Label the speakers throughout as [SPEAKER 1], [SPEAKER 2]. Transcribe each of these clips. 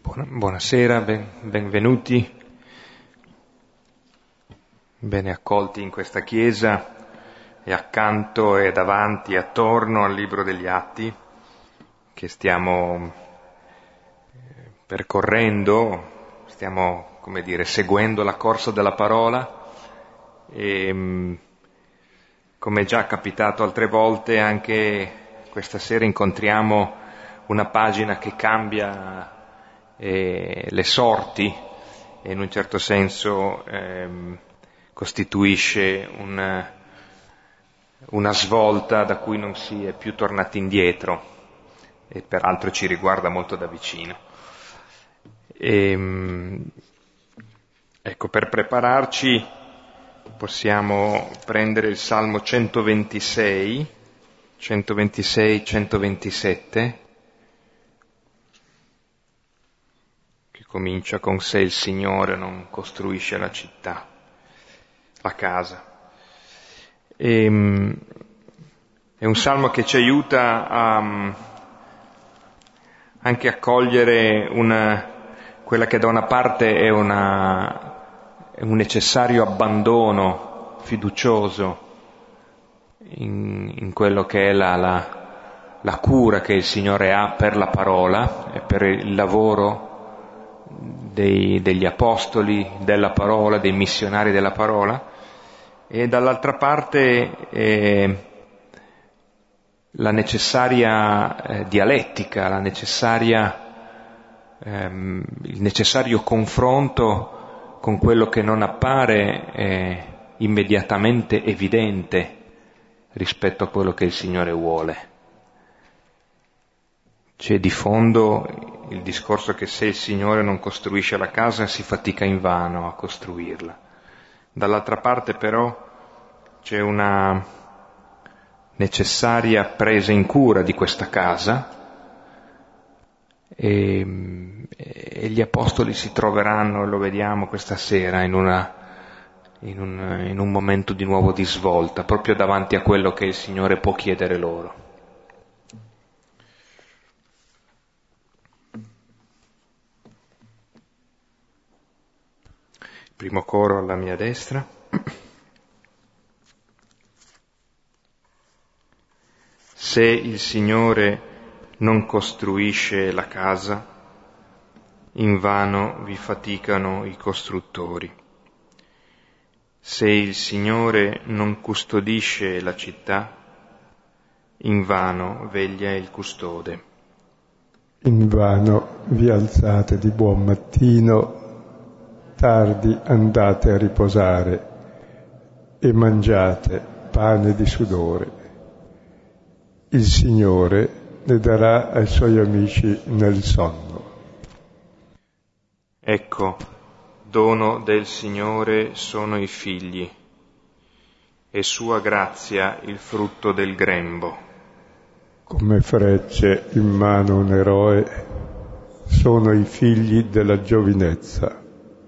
[SPEAKER 1] Buonasera, benvenuti, bene accolti in questa chiesa e accanto e davanti e attorno al libro degli Atti che stiamo percorrendo, stiamo, seguendo la corsa della parola e come è già capitato altre volte anche questa sera incontriamo una pagina che cambia le sorti e in un certo senso costituisce una svolta da cui non si è più tornati indietro e peraltro ci riguarda molto da vicino. Ecco, per prepararci possiamo prendere il Salmo 126, 127, comincia con se il Signore non costruisce la città, la casa. È un salmo che ci aiuta anche a cogliere quella che da una parte è un necessario abbandono fiducioso in quello che è la cura che il Signore ha per la parola e per il lavoro degli apostoli della parola, dei missionari della parola, e dall'altra parte la necessaria dialettica, il necessario confronto con quello che non appare immediatamente evidente rispetto a quello che il Signore vuole. C'è di fondo il discorso che se il Signore non costruisce la casa si fatica invano a costruirla. Dall'altra parte però c'è una necessaria presa in cura di questa casa e gli apostoli si troveranno, lo vediamo questa sera, in un momento di nuovo di svolta, proprio davanti a quello che il Signore può chiedere loro. Primo coro alla mia destra. Se il Signore non costruisce la casa, invano vi faticano i costruttori. Se il Signore non custodisce la città, invano veglia il custode.
[SPEAKER 2] Invano vi alzate di buon mattino, tardi andate a riposare e mangiate pane di sudore. Il Signore ne darà ai suoi amici nel sonno.
[SPEAKER 1] Ecco, dono del Signore sono i figli, e sua grazia il frutto del grembo.
[SPEAKER 2] Come frecce in mano un eroe sono i figli della giovinezza.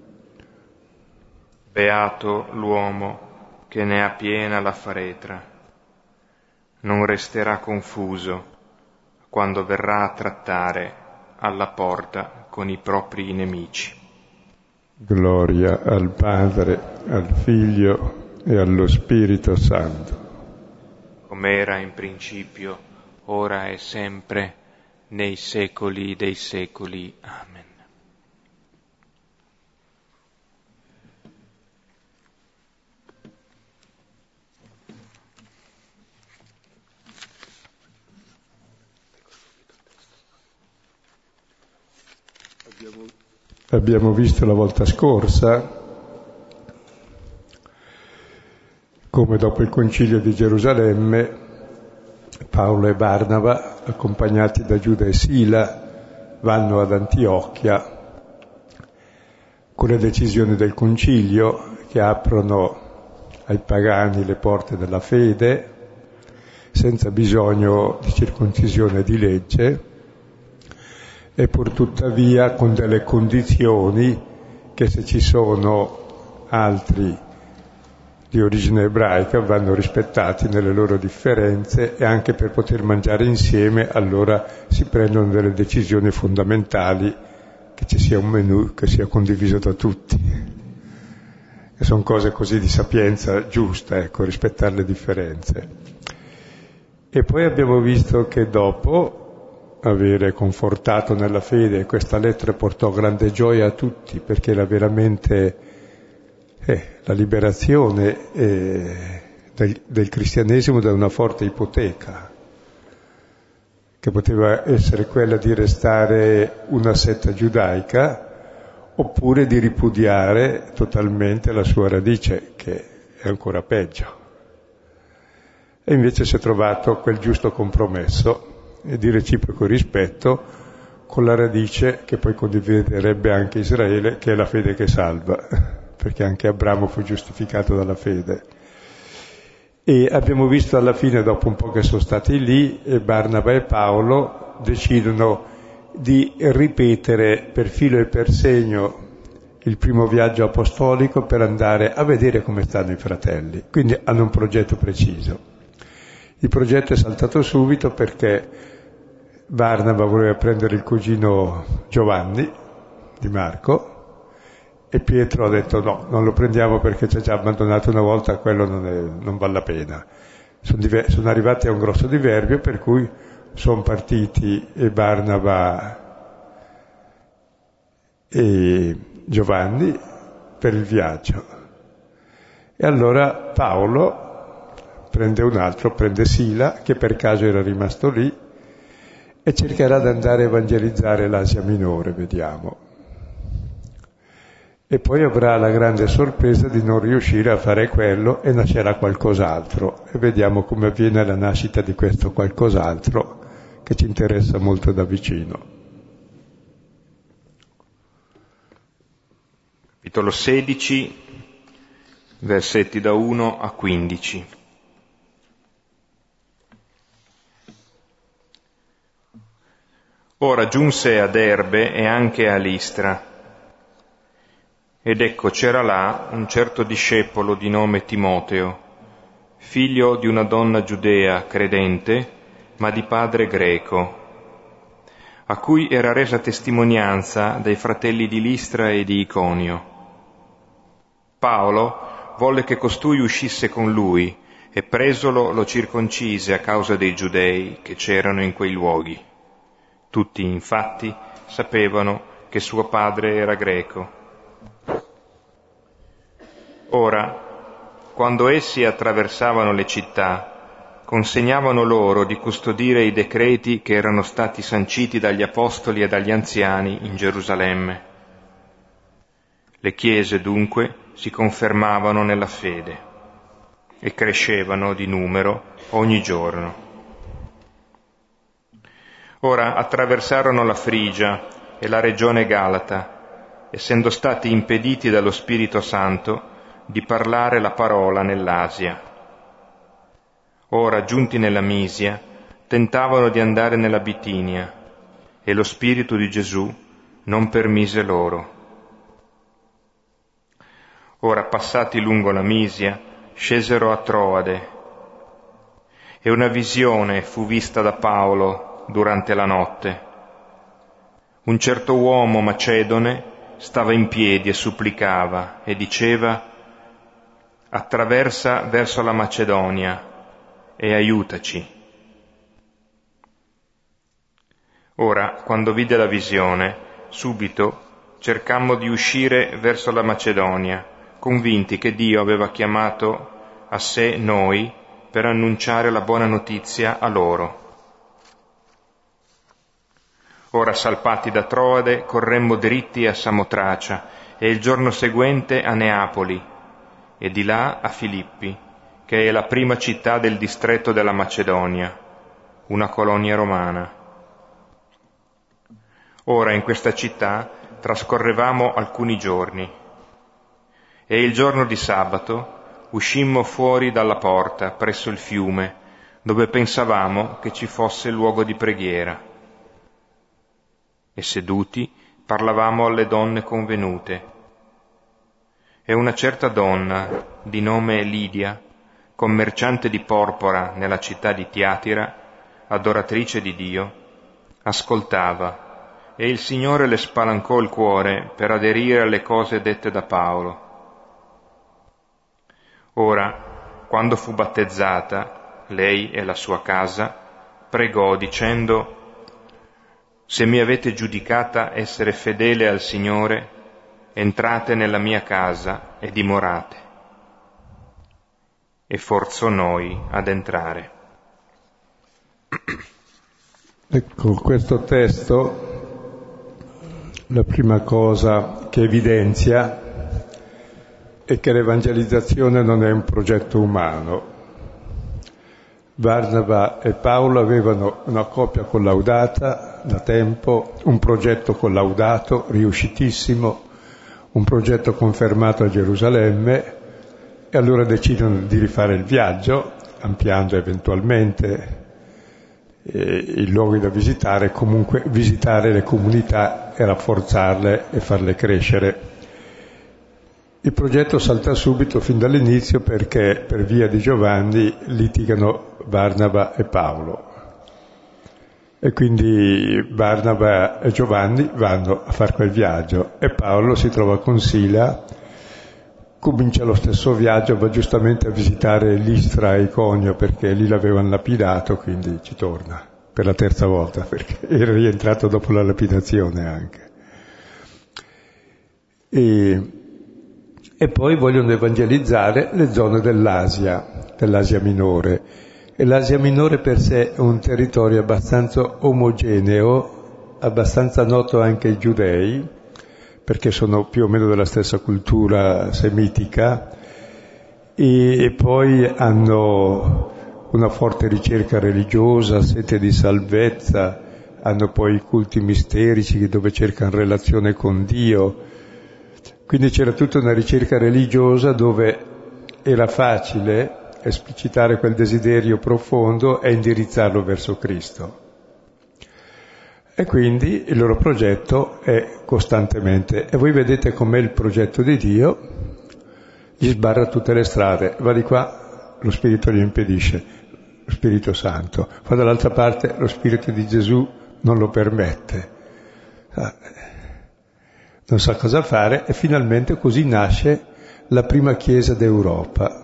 [SPEAKER 1] Beato l'uomo che ne ha piena la faretra, non resterà confuso quando verrà a trattare alla porta con i propri nemici.
[SPEAKER 2] Gloria al Padre, al Figlio e allo Spirito Santo.
[SPEAKER 1] Come era in principio, ora e sempre, nei secoli dei secoli. Amen.
[SPEAKER 2] Abbiamo visto la volta scorsa come dopo il Concilio di Gerusalemme Paolo e Barnaba, accompagnati da Giuda e Sila, vanno ad Antiochia con le decisioni del Concilio che aprono ai pagani le porte della fede senza bisogno di circoncisione di legge, e pur tuttavia con delle condizioni che, se ci sono altri di origine ebraica, vanno rispettati nelle loro differenze, e anche per poter mangiare insieme allora si prendono delle decisioni fondamentali che ci sia un menù che sia condiviso da tutti. E sono cose così di sapienza giusta, ecco, rispettare le differenze. E poi abbiamo visto che dopo avere confortato nella fede, questa lettera portò grande gioia a tutti, perché era veramente la liberazione del cristianesimo da una forte ipoteca, che poteva essere quella di restare una setta giudaica oppure di ripudiare totalmente la sua radice, che è ancora peggio. E invece si è trovato quel giusto compromesso e di reciproco rispetto con la radice che poi condividerebbe anche Israele, che è la fede che salva, perché anche Abramo fu giustificato dalla fede. E abbiamo visto alla fine, dopo un po' che sono stati lì, Barnaba e Paolo decidono di ripetere per filo e per segno il primo viaggio apostolico per andare a vedere come stanno i fratelli. Quindi hanno un progetto preciso. Il progetto è saltato subito perché Barnaba voleva prendere il cugino Giovanni di Marco e Pietro ha detto no, non lo prendiamo perché ci ha già abbandonato una volta, quello non vale la pena. Sono arrivati a un grosso diverbio, per cui sono partiti Barnaba e Giovanni per il viaggio. E allora Paolo prende Sila, che per caso era rimasto lì, e cercherà di andare a evangelizzare l'Asia Minore, vediamo. E poi avrà la grande sorpresa di non riuscire a fare quello e nascerà qualcos'altro. E vediamo come avviene la nascita di questo qualcos'altro che ci interessa molto da vicino.
[SPEAKER 1] Capitolo 16, versetti da 1 a 15. Ora giunse a Derbe e anche a Listra, ed ecco c'era là un certo discepolo di nome Timoteo, figlio di una donna giudea credente, ma di padre greco, a cui era resa testimonianza dai fratelli di Listra e di Iconio. Paolo volle che costui uscisse con lui e presolo lo circoncise a causa dei giudei che c'erano in quei luoghi. Tutti, infatti, sapevano che suo padre era greco. Ora, quando essi attraversavano le città, consegnavano loro di custodire i decreti che erano stati sanciti dagli apostoli e dagli anziani in Gerusalemme. Le chiese, dunque, si confermavano nella fede e crescevano di numero ogni giorno. Ora attraversarono la Frigia e la regione Galata, essendo stati impediti dallo Spirito Santo di parlare la parola nell'Asia. Ora, giunti nella Misia, tentavano di andare nella Bitinia, e lo Spirito di Gesù non permise loro. Ora, passati lungo la Misia, scesero a Troade, e una visione fu vista da Paolo durante la notte. Un certo uomo macedone stava in piedi e supplicava e diceva: attraversa verso la Macedonia e aiutaci. Ora, quando vide la visione, subito cercammo di uscire verso la Macedonia, convinti che Dio aveva chiamato a sé noi per annunciare la buona notizia a loro. Ora, salpati da Troade, corremmo dritti a Samotracia e il giorno seguente a Neapoli e di là a Filippi, che è la prima città del distretto della Macedonia, una colonia romana. Ora in questa città trascorrevamo alcuni giorni e il giorno di sabato uscimmo fuori dalla porta presso il fiume, dove pensavamo che ci fosse luogo di preghiera. E seduti parlavamo alle donne convenute. E una certa donna, di nome Lidia, commerciante di porpora nella città di Tiatira, adoratrice di Dio, ascoltava e il Signore le spalancò il cuore per aderire alle cose dette da Paolo. Ora, quando fu battezzata, lei e la sua casa, pregò dicendo: «Se mi avete giudicata essere fedele al Signore, entrate nella mia casa e dimorate». E forzò noi ad entrare.
[SPEAKER 2] Ecco, questo testo, la prima cosa che evidenzia è che l'evangelizzazione non è un progetto umano. Barnaba e Paolo avevano una coppia collaudata da tempo, un progetto collaudato, riuscitissimo, un progetto confermato a Gerusalemme, e allora decidono di rifare il viaggio, ampliando eventualmente i luoghi da visitare, comunque visitare le comunità e rafforzarle e farle crescere. Il progetto salta subito fin dall'inizio perché per via di Giovanni litigano Barnaba e Paolo. E quindi Barnaba e Giovanni vanno a fare quel viaggio e Paolo si trova con Sila, comincia lo stesso viaggio, va giustamente a visitare Listra e Iconio perché lì l'avevano lapidato, quindi ci torna per la terza volta perché era rientrato dopo la lapidazione anche. E poi vogliono evangelizzare le zone dell'Asia minore. E l'Asia minore per sé è un territorio abbastanza omogeneo, abbastanza noto anche ai giudei, perché sono più o meno della stessa cultura semitica, e poi hanno una forte ricerca religiosa, sete di salvezza, hanno poi i culti misterici dove cercano relazione con Dio. Quindi c'era tutta una ricerca religiosa dove era facile esplicitare quel desiderio profondo e indirizzarlo verso Cristo. E quindi il loro progetto è costantemente, e voi vedete com'è il progetto di Dio, gli sbarra tutte le strade, va di qua, lo Spirito gli impedisce, lo Spirito Santo, va dall'altra parte, lo Spirito di Gesù non lo permette, non sa cosa fare, e finalmente così nasce la prima Chiesa d'Europa.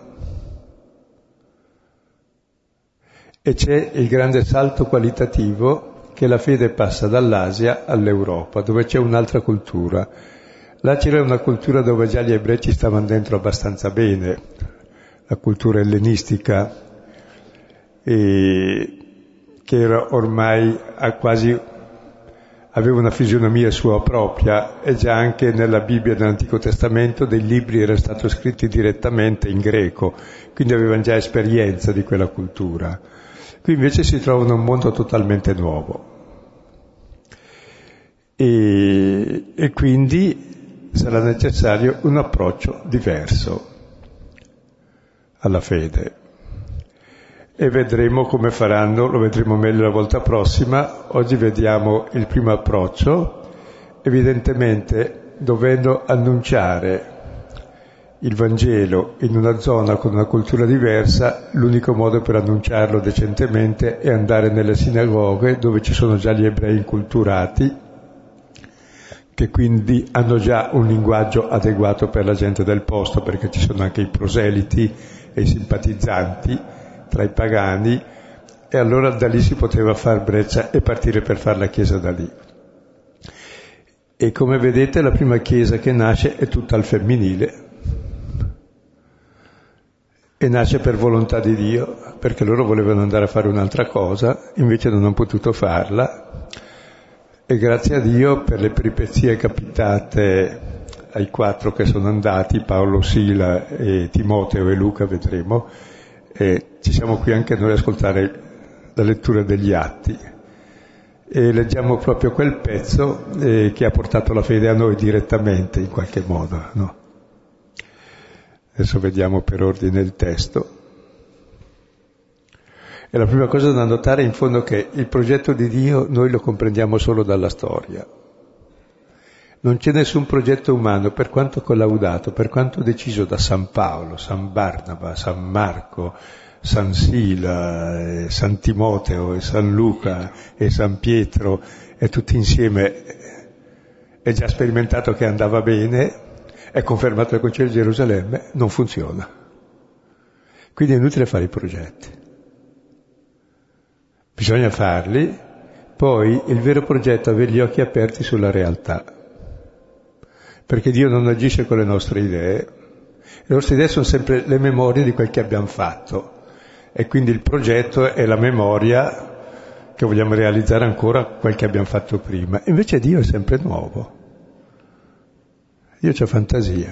[SPEAKER 2] E c'è il grande salto qualitativo che la fede passa dall'Asia all'Europa, dove c'è un'altra cultura. Là c'era una cultura dove già gli ebrei ci stavano dentro abbastanza bene, la cultura ellenistica, che era ormai aveva una fisionomia sua propria, e già anche nella Bibbia dell'Antico Testamento dei libri erano stati scritti direttamente in greco, quindi avevano già esperienza di quella cultura. Qui invece si trovano un mondo totalmente nuovo e quindi sarà necessario un approccio diverso alla fede e vedremo come faranno, lo vedremo meglio la volta prossima. Oggi vediamo il primo approccio, evidentemente dovendo annunciare il Vangelo in una zona con una cultura diversa, l'unico modo per annunciarlo decentemente è andare nelle sinagoghe dove ci sono già gli ebrei inculturati, che quindi hanno già un linguaggio adeguato per la gente del posto, perché ci sono anche i proseliti e i simpatizzanti tra i pagani, e allora da lì si poteva far breccia e partire per fare la chiesa da lì. E come vedete la prima chiesa che nasce è tutta al femminile, e nasce per volontà di Dio, perché loro volevano andare a fare un'altra cosa, invece non hanno potuto farla, e grazie a Dio per le peripezie capitate ai 4 che sono andati, Paolo, Sila e Timoteo e Luca, vedremo, e ci siamo qui anche noi a ascoltare la lettura degli Atti, e leggiamo proprio quel pezzo che ha portato la fede a noi direttamente, in qualche modo, no? Adesso vediamo per ordine il testo. E la prima cosa da notare in fondo è che il progetto di Dio noi lo comprendiamo solo dalla storia. Non c'è nessun progetto umano, per quanto collaudato, per quanto deciso da San Paolo, San Barnaba, San Marco, San Sila, San Timoteo, e San Luca, e San Pietro, e tutti insieme è già sperimentato che andava bene, è confermato dal Concilio di Gerusalemme, non funziona. Quindi è inutile fare i progetti. Bisogna farli, poi il vero progetto è avere gli occhi aperti sulla realtà. Perché Dio non agisce con le nostre idee. Le nostre idee sono sempre le memorie di quel che abbiamo fatto. E quindi il progetto è la memoria che vogliamo realizzare ancora quel che abbiamo fatto prima. Invece Dio è sempre nuovo. Dio c'ha fantasia.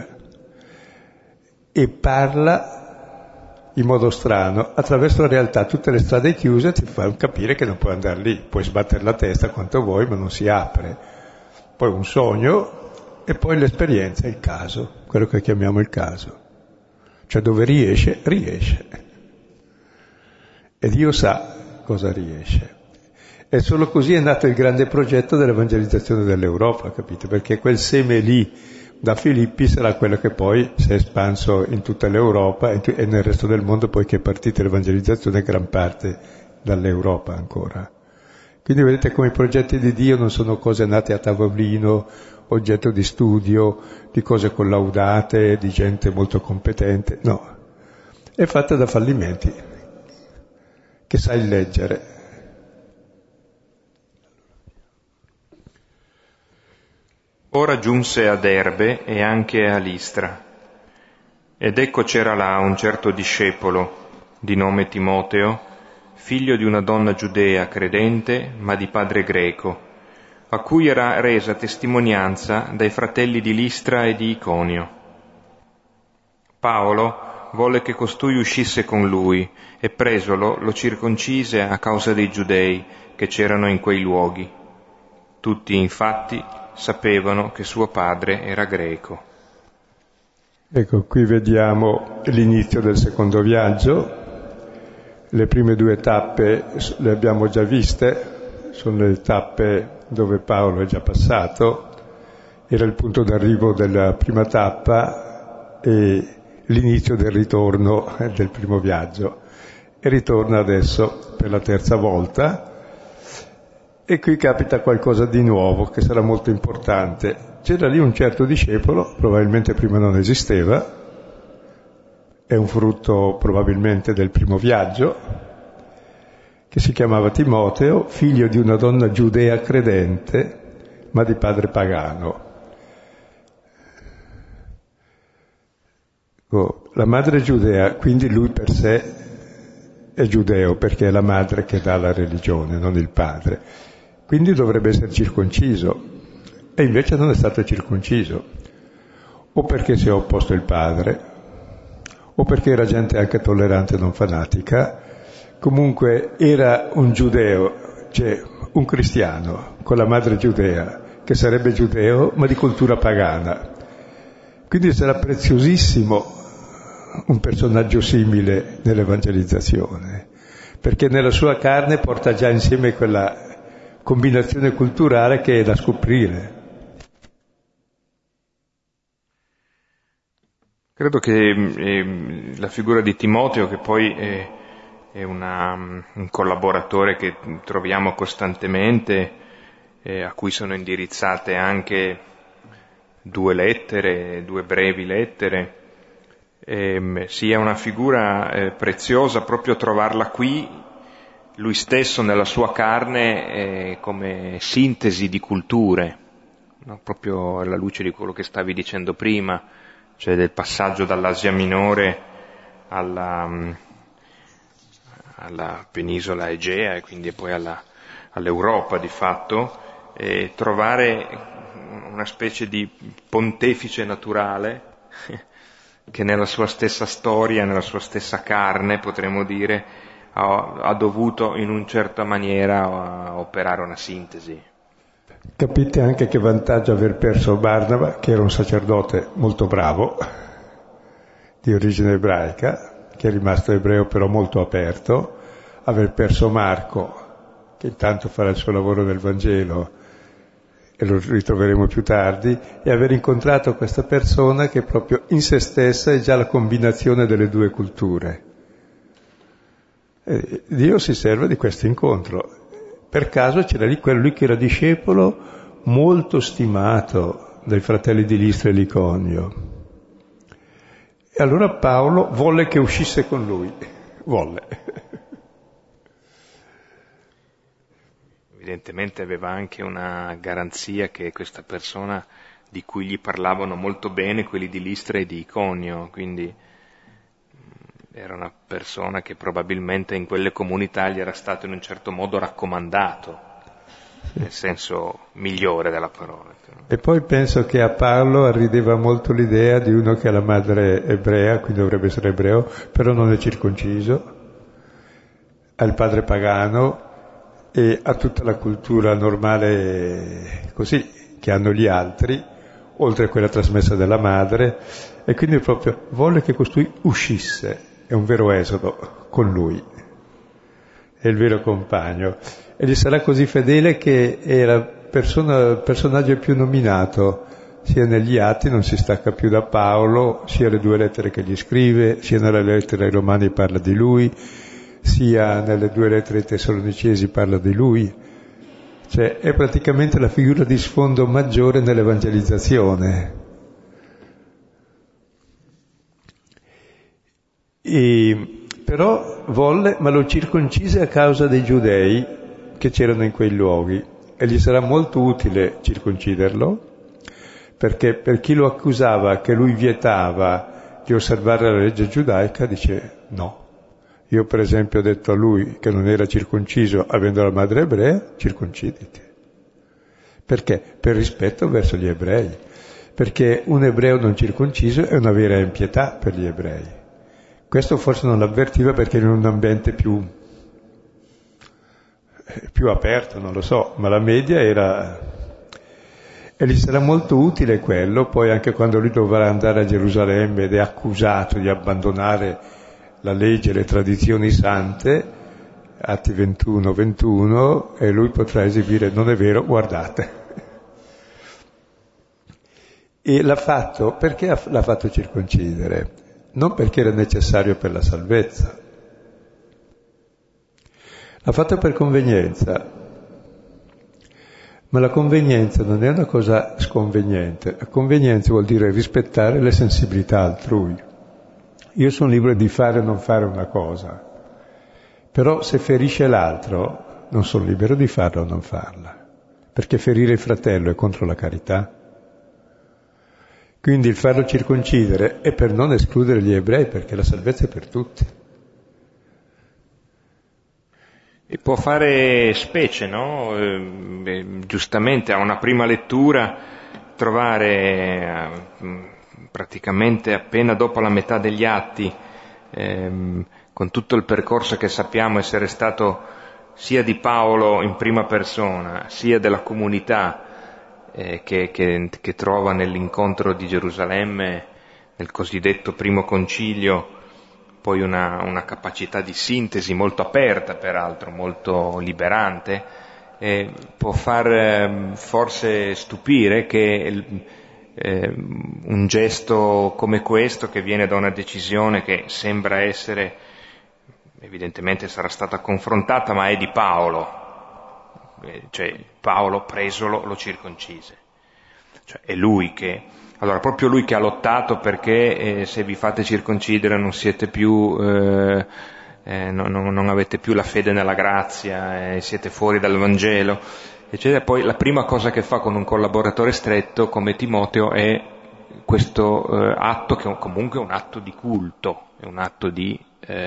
[SPEAKER 2] E parla in modo strano, attraverso la realtà, tutte le strade chiuse ti fanno capire che non puoi andare lì, puoi sbattere la testa quanto vuoi, ma non si apre. Poi un sogno e poi l'esperienza, il caso, quello che chiamiamo il caso. Cioè dove riesce, riesce. E Dio sa cosa riesce. E solo così è nato il grande progetto dell'evangelizzazione dell'Europa, capite? Perché quel seme lì da Filippi sarà quello che poi si è espanso in tutta l'Europa e nel resto del mondo, poi che è partita l'evangelizzazione gran parte dall'Europa ancora. Quindi vedete come i progetti di Dio non sono cose nate a tavolino, oggetto di studio, di cose collaudate, di gente molto competente, no. È fatta da fallimenti che sai leggere.
[SPEAKER 1] Ora giunse a Derbe e anche a Listra, ed ecco c'era là un certo discepolo, di nome Timoteo, figlio di una donna giudea credente, ma di padre greco, a cui era resa testimonianza dai fratelli di Listra e di Iconio. Paolo volle che costui uscisse con lui, e presolo lo circoncise a causa dei giudei che c'erano in quei luoghi. Tutti, infatti, sapevano che suo padre era greco.
[SPEAKER 2] Ecco, qui vediamo l'inizio del secondo viaggio. Le prime due tappe le abbiamo già viste, sono le tappe dove Paolo è già passato, era il punto d'arrivo della prima tappa e l'inizio del ritorno del primo viaggio. E ritorna adesso per la terza volta. E qui capita qualcosa di nuovo, che sarà molto importante. C'era lì un certo discepolo, probabilmente prima non esisteva, è un frutto probabilmente del primo viaggio, che si chiamava Timoteo, figlio di una donna giudea credente, ma di padre pagano. La madre è giudea, quindi lui per sé è giudeo, perché è la madre che dà la religione, non il padre. Quindi dovrebbe essere circonciso, e invece non è stato circonciso, o perché si è opposto il padre, o perché era gente anche tollerante e non fanatica. Comunque era un giudeo, cioè un cristiano, con la madre giudea, che sarebbe giudeo, ma di cultura pagana. Quindi sarà preziosissimo un personaggio simile nell'evangelizzazione, perché nella sua carne porta già insieme quella combinazione culturale che è da scoprire.
[SPEAKER 1] Credo che la figura di Timoteo, che poi è un collaboratore che troviamo costantemente, a cui sono indirizzate anche due brevi lettere, sia una figura preziosa proprio trovarla qui, lui stesso nella sua carne come sintesi di culture, no? Proprio alla luce di quello che stavi dicendo prima, cioè del passaggio dall'Asia Minore alla penisola Egea e quindi poi all'Europa di fatto, e trovare una specie di pontefice naturale che nella sua stessa storia, nella sua stessa carne, potremmo dire, ha dovuto in una certa maniera operare una sintesi.
[SPEAKER 2] Capite anche che vantaggio aver perso Barnaba, che era un sacerdote molto bravo, di origine ebraica, che è rimasto ebreo però molto aperto, aver perso Marco, che intanto farà il suo lavoro del Vangelo e lo ritroveremo più tardi, e aver incontrato questa persona che proprio in se stessa è già la combinazione delle due culture. Dio si serve di questo incontro Per caso c'era lì quello lì che era discepolo molto stimato dai fratelli di Listra e Iconio. E allora Paolo volle che uscisse con lui. Volle.
[SPEAKER 1] Evidentemente aveva anche una garanzia che questa persona di cui gli parlavano molto bene quelli di Listra e di Iconio, quindi era una persona che probabilmente in quelle comunità gli era stato in un certo modo raccomandato, nel senso migliore della parola.
[SPEAKER 2] E poi penso che a Paolo arrideva molto l'idea di uno che ha la madre ebrea, quindi dovrebbe essere ebreo, però non è circonciso, ha il padre pagano e ha tutta la cultura normale così, che hanno gli altri, oltre a quella trasmessa dalla madre, e quindi proprio volle che costui uscisse, è un vero esodo con lui, è il vero compagno, e gli sarà così fedele che era il personaggio più nominato, sia negli Atti non si stacca più da Paolo, sia le 2 lettere che gli scrive, sia nella lettera ai Romani parla di lui, sia nelle 2 lettere ai Tessalonicesi parla di lui, cioè è praticamente la figura di sfondo maggiore nell'evangelizzazione. Però volle, ma lo circoncise a causa dei giudei che c'erano in quei luoghi, e gli sarà molto utile circonciderlo, perché per chi lo accusava che lui vietava di osservare la legge giudaica, dice no. Io per esempio ho detto a lui che non era circonciso avendo la madre ebrea, circonciditi. Perché? Per rispetto verso gli ebrei. Perché un ebreo non circonciso è una vera impietà per gli ebrei. Questo forse non l'avvertiva perché era in un ambiente più aperto, non lo so, ma la media era... E gli sarà molto utile quello, poi anche quando lui dovrà andare a Gerusalemme ed è accusato di abbandonare la legge e le tradizioni sante, Atti 21, e lui potrà esibire, non è vero, guardate. E l'ha fatto, perché l'ha fatto circoncidere? Non perché era necessario per la salvezza. L'ha fatto per convenienza. Ma la convenienza non è una cosa sconveniente. La convenienza vuol dire rispettare le sensibilità altrui. Io sono libero di fare o non fare una cosa, però se ferisce l'altro non sono libero di farla o non farla, perché ferire il fratello è contro la carità. Quindi il farlo circoncidere è per non escludere gli ebrei, perché la salvezza è per tutti.
[SPEAKER 1] E può fare specie, no? Giustamente a una prima lettura trovare praticamente appena dopo la metà degli Atti, con tutto il percorso che sappiamo essere stato sia di Paolo in prima persona, sia della comunità che trova nell'incontro di Gerusalemme, nel cosiddetto primo concilio, poi una capacità di sintesi molto aperta, peraltro, molto liberante, può far forse stupire che un gesto come questo, che viene da una decisione che sembra essere, evidentemente sarà stata confrontata, ma è di Paolo, cioè Paolo presolo lo circoncise, cioè è lui che, allora proprio lui che ha lottato perché se vi fate circoncidere non siete più non avete più la fede nella grazia, siete fuori dal Vangelo, eccetera. Poi la prima cosa che fa con un collaboratore stretto come Timoteo è questo atto, che comunque è un atto di culto, è un atto di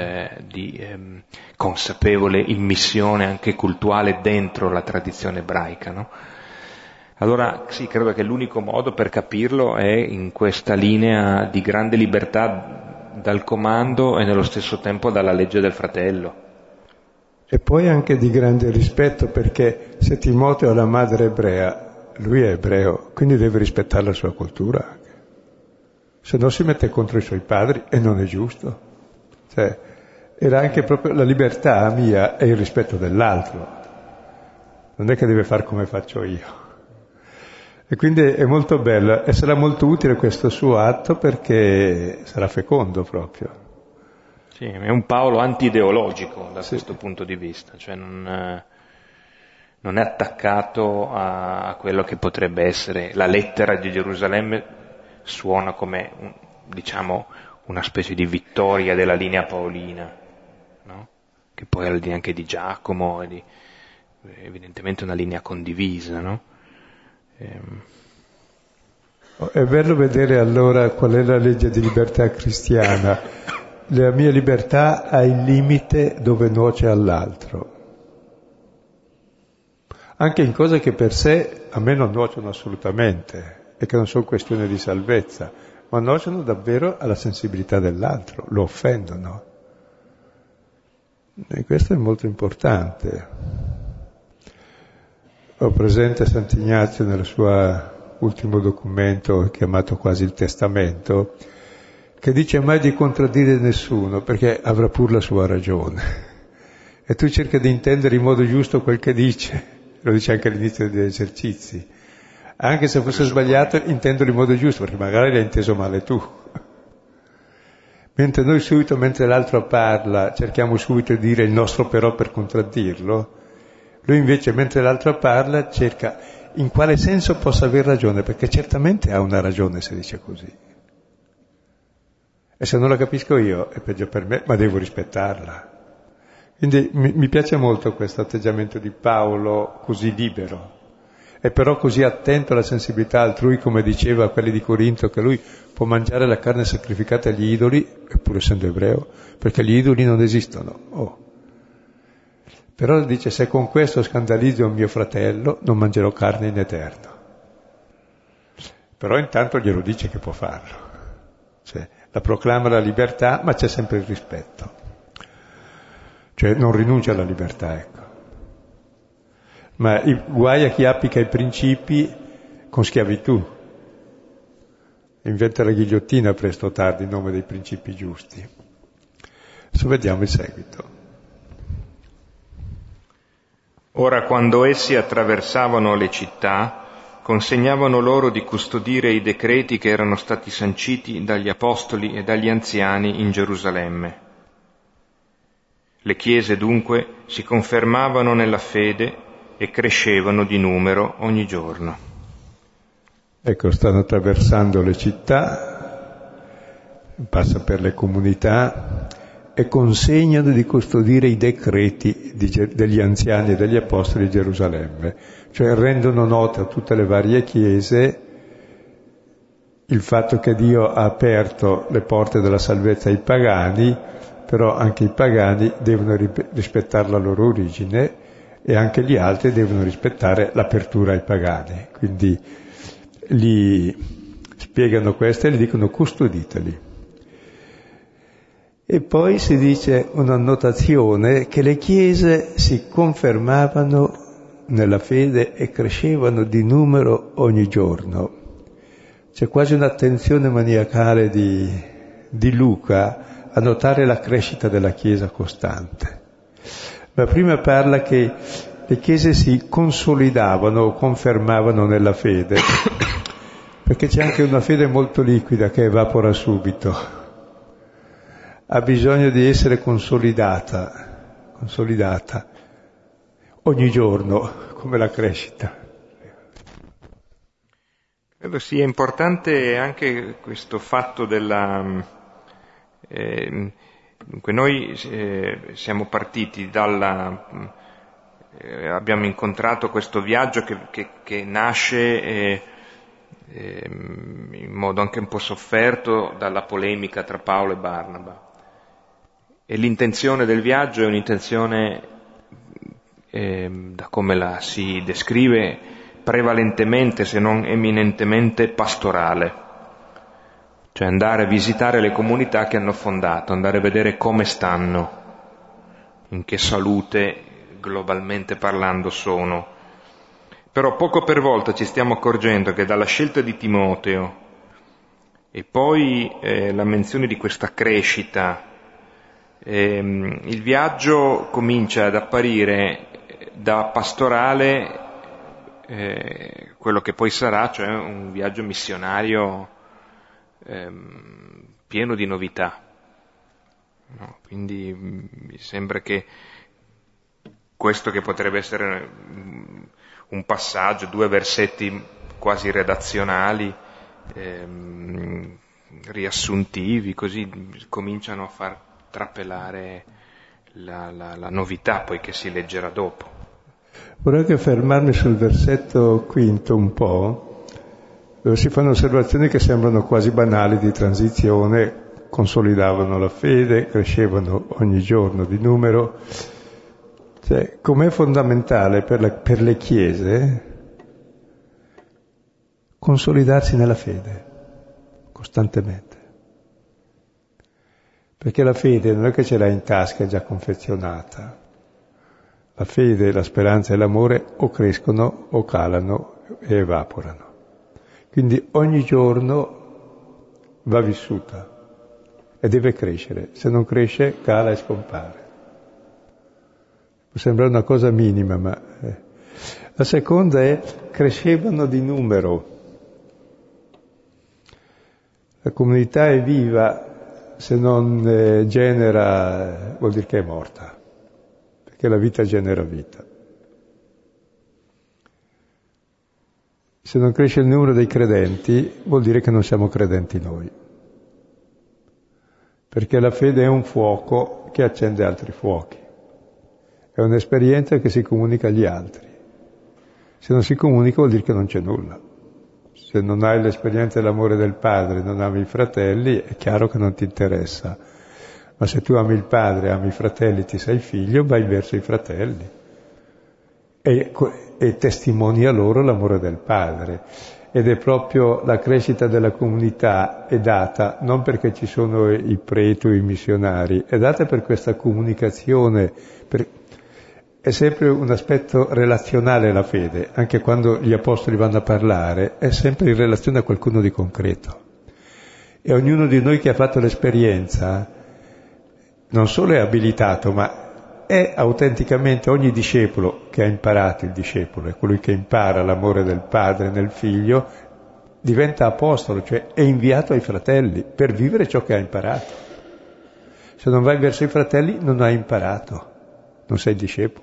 [SPEAKER 1] consapevole immissione anche cultuale dentro la tradizione ebraica, no? Allora sì, credo che l'unico modo per capirlo è in questa linea di grande libertà dal comando e nello stesso tempo dalla legge del fratello.
[SPEAKER 2] E poi anche di grande rispetto, perché se Timoteo ha la madre ebrea, lui è ebreo, quindi deve rispettare la sua cultura anche. Se no si mette contro i suoi padri e non è giusto. Cioè, era anche proprio la libertà mia e il rispetto dell'altro. Non è che deve fare come faccio io. E quindi è molto bello e sarà molto utile questo suo atto perché sarà fecondo proprio.
[SPEAKER 1] Sì, è un Paolo anti-ideologico da questo punto di vista, cioè non non è attaccato a quello che potrebbe essere la lettera di Gerusalemme. Suona come, diciamo, una specie di vittoria della linea paolina, no? Che poi è la linea anche di Giacomo, evidentemente una linea condivisa, no?
[SPEAKER 2] È bello vedere allora qual è la legge di libertà cristiana. La mia libertà ha il limite dove nuoce all'altro. Anche in cose che per sé a me non nuociono assolutamente e che non sono questione di salvezza, ma nuociono davvero alla sensibilità dell'altro, lo offendono. E questo è molto importante. Ho presente Sant'Ignazio nel suo ultimo documento, chiamato quasi il Testamento, che dice mai di contraddire nessuno, perché avrà pur la sua ragione. E tu cerca di intendere in modo giusto quel che dice, lo dice anche all'inizio degli esercizi. Anche se fosse sbagliato, intendilo in modo giusto, perché magari l'hai inteso male tu. Mentre noi subito, mentre l'altro parla, cerchiamo subito di dire il nostro però per contraddirlo, lui invece, mentre l'altro parla, cerca in quale senso possa aver ragione, perché certamente ha una ragione se dice così. E se non la capisco io, è peggio per me, ma devo rispettarla. Quindi mi piace molto questo atteggiamento di Paolo così libero, e però così attento alla sensibilità altrui, come diceva a quelli di Corinto, che lui può mangiare la carne sacrificata agli idoli, eppure essendo ebreo, perché gli idoli non esistono. Però dice, se con questo scandalizzo mio fratello, non mangerò carne in eterno. Però intanto glielo dice che può farlo. Cioè, la proclama la libertà, ma c'è sempre il rispetto. Cioè, non rinuncia alla libertà, ecco. Ma guai a chi applica i principi con schiavitù. Inventa la ghigliottina presto o tardi in nome dei principi giusti. Adesso vediamo il seguito.
[SPEAKER 1] Ora, quando essi attraversavano le città, consegnavano loro di custodire i decreti che erano stati sanciti dagli apostoli e dagli anziani in Gerusalemme. Le chiese dunque si confermavano nella fede e crescevano di numero ogni giorno.
[SPEAKER 2] Ecco, stanno attraversando le città, passa per le comunità e consegnano di custodire i decreti degli anziani e degli apostoli di Gerusalemme, cioè rendono nota a tutte le varie chiese il fatto che Dio ha aperto le porte della salvezza ai pagani, però anche i pagani devono rispettare la loro origine e anche gli altri devono rispettare l'apertura ai pagani. Quindi li spiegano questo e gli dicono custoditeli. E poi si dice un'annotazione che le chiese si confermavano nella fede e crescevano di numero ogni giorno. C'è quasi un'attenzione maniacale di Luca a notare la crescita della Chiesa costante. Ma prima parla che le chiese si consolidavano o confermavano nella fede, perché c'è anche una fede molto liquida che evapora subito. Ha bisogno di essere consolidata ogni giorno, come la crescita.
[SPEAKER 1] Credo sia importante anche questo fatto della... Dunque noi siamo partiti abbiamo incontrato questo viaggio che nasce in modo anche un po' sofferto dalla polemica tra Paolo e Barnaba. E l'intenzione del viaggio è un'intenzione, da come la si descrive, prevalentemente, se non eminentemente, pastorale. Cioè andare a visitare le comunità che hanno fondato, andare a vedere come stanno, in che salute globalmente parlando sono. Però poco per volta ci stiamo accorgendo che dalla scelta di Timoteo e poi la menzione di questa crescita, il viaggio comincia ad apparire da pastorale quello che poi sarà, cioè un viaggio missionario pieno di novità, no? Quindi mi sembra che questo che potrebbe essere un passaggio, 2 versetti quasi redazionali, riassuntivi, così cominciano a far trapelare la novità poi che si leggerà dopo.
[SPEAKER 2] Vorrei anche fermarmi sul versetto quinto un po', dove si fanno osservazioni che sembrano quasi banali di transizione, consolidavano la fede, crescevano ogni giorno di numero. Cioè, com'è fondamentale per le chiese consolidarsi nella fede, costantemente. Perché la fede non è che ce l'hai in tasca già confezionata. La fede, la speranza e l'amore o crescono o calano e evaporano. Quindi ogni giorno va vissuta e deve crescere. Se non cresce, cala e scompare. Può sembrare una cosa minima, ma... La seconda è crescevano di numero. La comunità è viva, se non genera, vuol dire che è morta, perché la vita genera vita. Se non cresce il numero dei credenti, vuol dire che non siamo credenti noi, perché la fede è un fuoco che accende altri fuochi, è un'esperienza che si comunica agli altri. Se non si comunica vuol dire che non c'è nulla. Se non hai l'esperienza dell'amore del padre, non ami i fratelli, è chiaro che non ti interessa. Ma se tu ami il padre, ami i fratelli, ti sei figlio, vai verso i fratelli e testimonia loro l'amore del padre. Ed è proprio la crescita della comunità è data non perché ci sono i preti o i missionari, è data per questa comunicazione. È sempre un aspetto relazionale la fede, anche quando gli apostoli vanno a parlare, è sempre in relazione a qualcuno di concreto. E ognuno di noi che ha fatto l'esperienza non solo è abilitato, ma è autenticamente ogni discepolo che ha imparato, il discepolo è colui che impara l'amore del padre nel figlio, diventa apostolo, cioè è inviato ai fratelli per vivere ciò che ha imparato. Se non vai verso i fratelli non hai imparato, non sei discepolo.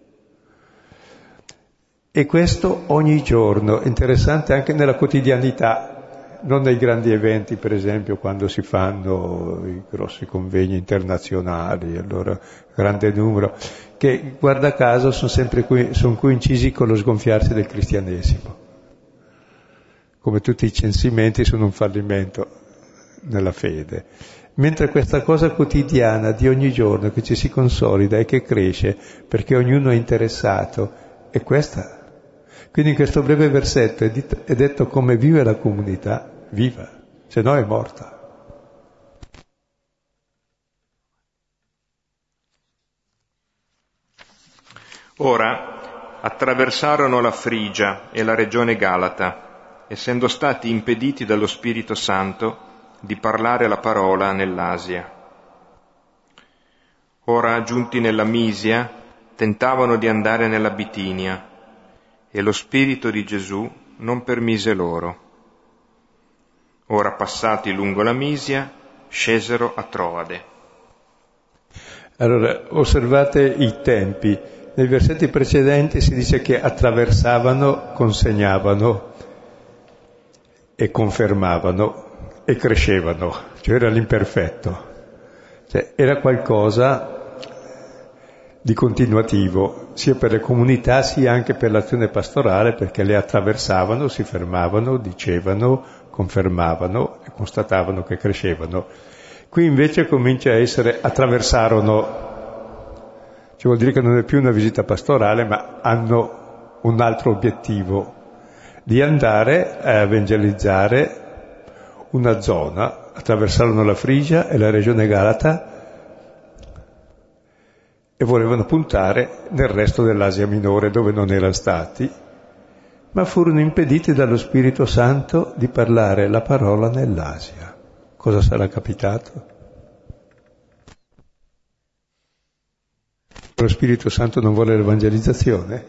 [SPEAKER 2] E questo ogni giorno, è interessante anche nella quotidianità, non nei grandi eventi, per esempio, quando si fanno i grossi convegni internazionali, allora grande numero, che guarda caso sono coincisi con lo sgonfiarsi del cristianesimo. Come tutti i censimenti sono un fallimento nella fede. Mentre questa cosa quotidiana di ogni giorno che ci si consolida e che cresce, perché ognuno è interessato, è questa. Quindi in questo breve versetto è detto come vive la comunità, viva, se no è morta.
[SPEAKER 1] Ora attraversarono la Frigia e la regione Galata, essendo stati impediti dallo Spirito Santo di parlare la parola nell'Asia. Ora, giunti nella Misia, tentavano di andare nella Bitinia, e lo Spirito di Gesù non permise loro. Ora, passati lungo la Misia, scesero a Troade.
[SPEAKER 2] Allora, osservate i tempi. Nei versetti precedenti si dice che attraversavano, consegnavano e confermavano e crescevano, cioè era l'imperfetto. Cioè, era qualcosa di continuativo, sia per le comunità sia anche per l'azione pastorale, perché le attraversavano, si fermavano, dicevano, confermavano e constatavano che crescevano. Qui invece comincia a essere attraversarono, cioè vuol dire che non è più una visita pastorale, ma hanno un altro obiettivo, di andare a evangelizzare una zona. Attraversarono la Frigia e la regione Galata e volevano puntare nel resto dell'Asia Minore, dove non erano stati, ma furono impediti dallo Spirito Santo di parlare la parola nell'Asia. Cosa sarà capitato? Lo Spirito Santo non vuole l'evangelizzazione?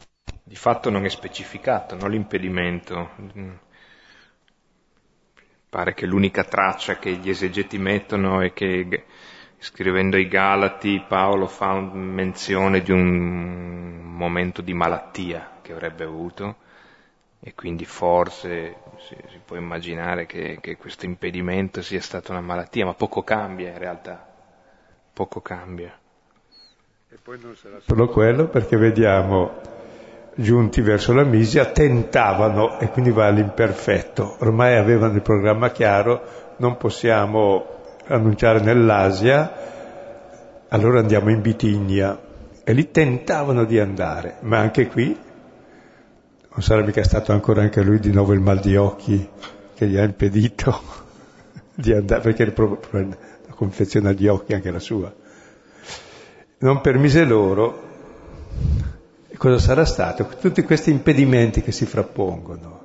[SPEAKER 1] Di fatto non è specificato, no, l'impedimento. pare che l'unica traccia che gli esegeti mettono è che, scrivendo ai Galati, Paolo fa menzione di un momento di malattia che avrebbe avuto, e quindi forse si può immaginare che questo impedimento sia stata una malattia, ma poco cambia in realtà, poco cambia.
[SPEAKER 2] E poi non sarà solo quello, perché vediamo, giunti verso la Misia, tentavano, e quindi va all'imperfetto. Ormai avevano il programma chiaro, non possiamo annunciare nell'Asia, allora andiamo in Bitinia. E lì tentavano di andare, ma anche qui non sarà mica stato ancora anche lui di nuovo il mal di occhi che gli ha impedito di andare, perché è proprio la confezione agli occhi anche la sua. Non permise loro. E cosa sarà stato? Tutti questi impedimenti che si frappongono.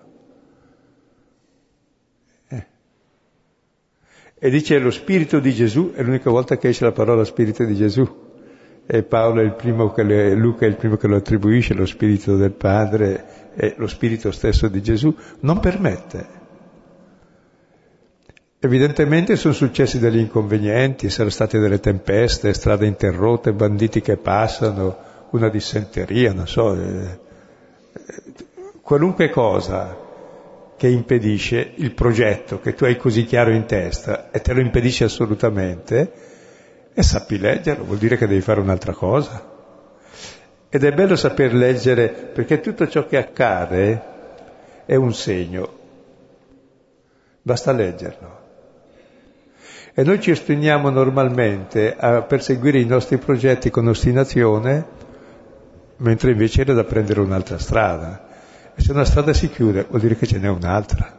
[SPEAKER 2] E dice lo Spirito di Gesù, è l'unica volta che esce la parola Spirito di Gesù. E Paolo è il primo Luca è il primo che lo attribuisce, lo Spirito del Padre e lo Spirito stesso di Gesù, non permette. Evidentemente sono successi degli inconvenienti, saranno state delle tempeste, strade interrotte, banditi che passano, una dissenteria, non so, qualunque cosa che impedisce il progetto che tu hai così chiaro in testa e te lo impedisce assolutamente, e sappi leggerlo, vuol dire che devi fare un'altra cosa. Ed è bello saper leggere, perché tutto ciò che accade è un segno, basta leggerlo. E noi ci ostiniamo normalmente a perseguire i nostri progetti con ostinazione, mentre invece era da prendere un'altra strada. E se una strada si chiude, vuol dire che ce n'è un'altra.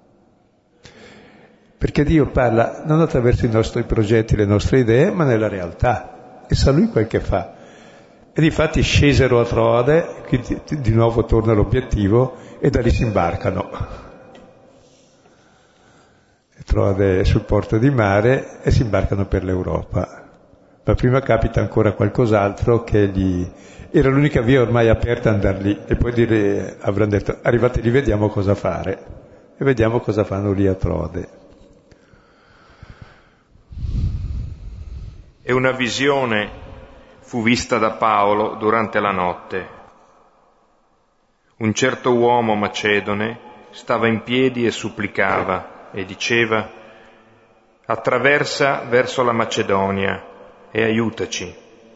[SPEAKER 2] Perché Dio parla non attraverso i nostri progetti, le nostre idee, ma nella realtà. E sa Lui quel che fa. E difatti scesero a Troade, quindi di nuovo torna l'obiettivo, e da lì si imbarcano. Troade è sul porto di mare e si imbarcano per l'Europa. Ma prima capita ancora qualcos'altro che era l'unica via ormai aperta ad andare lì. E poi avranno detto, arrivati lì vediamo cosa fare. E vediamo cosa fanno lì a Troade.
[SPEAKER 1] E una visione fu vista da Paolo durante la notte. Un certo uomo macedone stava in piedi e supplicava e diceva: attraversa verso la Macedonia e aiutaci.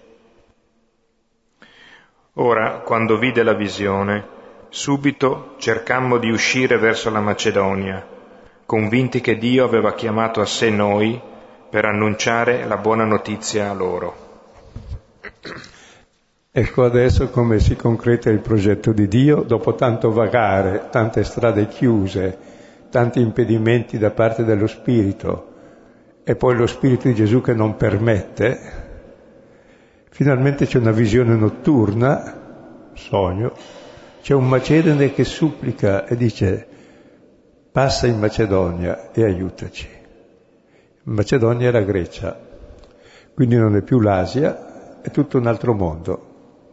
[SPEAKER 1] Ora, quando vide la visione, subito cercammo di uscire verso la Macedonia, convinti che Dio aveva chiamato a sé noi per annunciare la buona notizia a loro.
[SPEAKER 2] Ecco adesso come si concreta il progetto di Dio, dopo tanto vagare, tante strade chiuse, tanti impedimenti da parte dello Spirito, e poi lo Spirito di Gesù che non permette. Finalmente c'è una visione notturna, sogno, c'è un macedone che supplica e dice: passa in Macedonia e aiutaci. Macedonia è la Grecia, quindi non è più l'Asia, è tutto un altro mondo,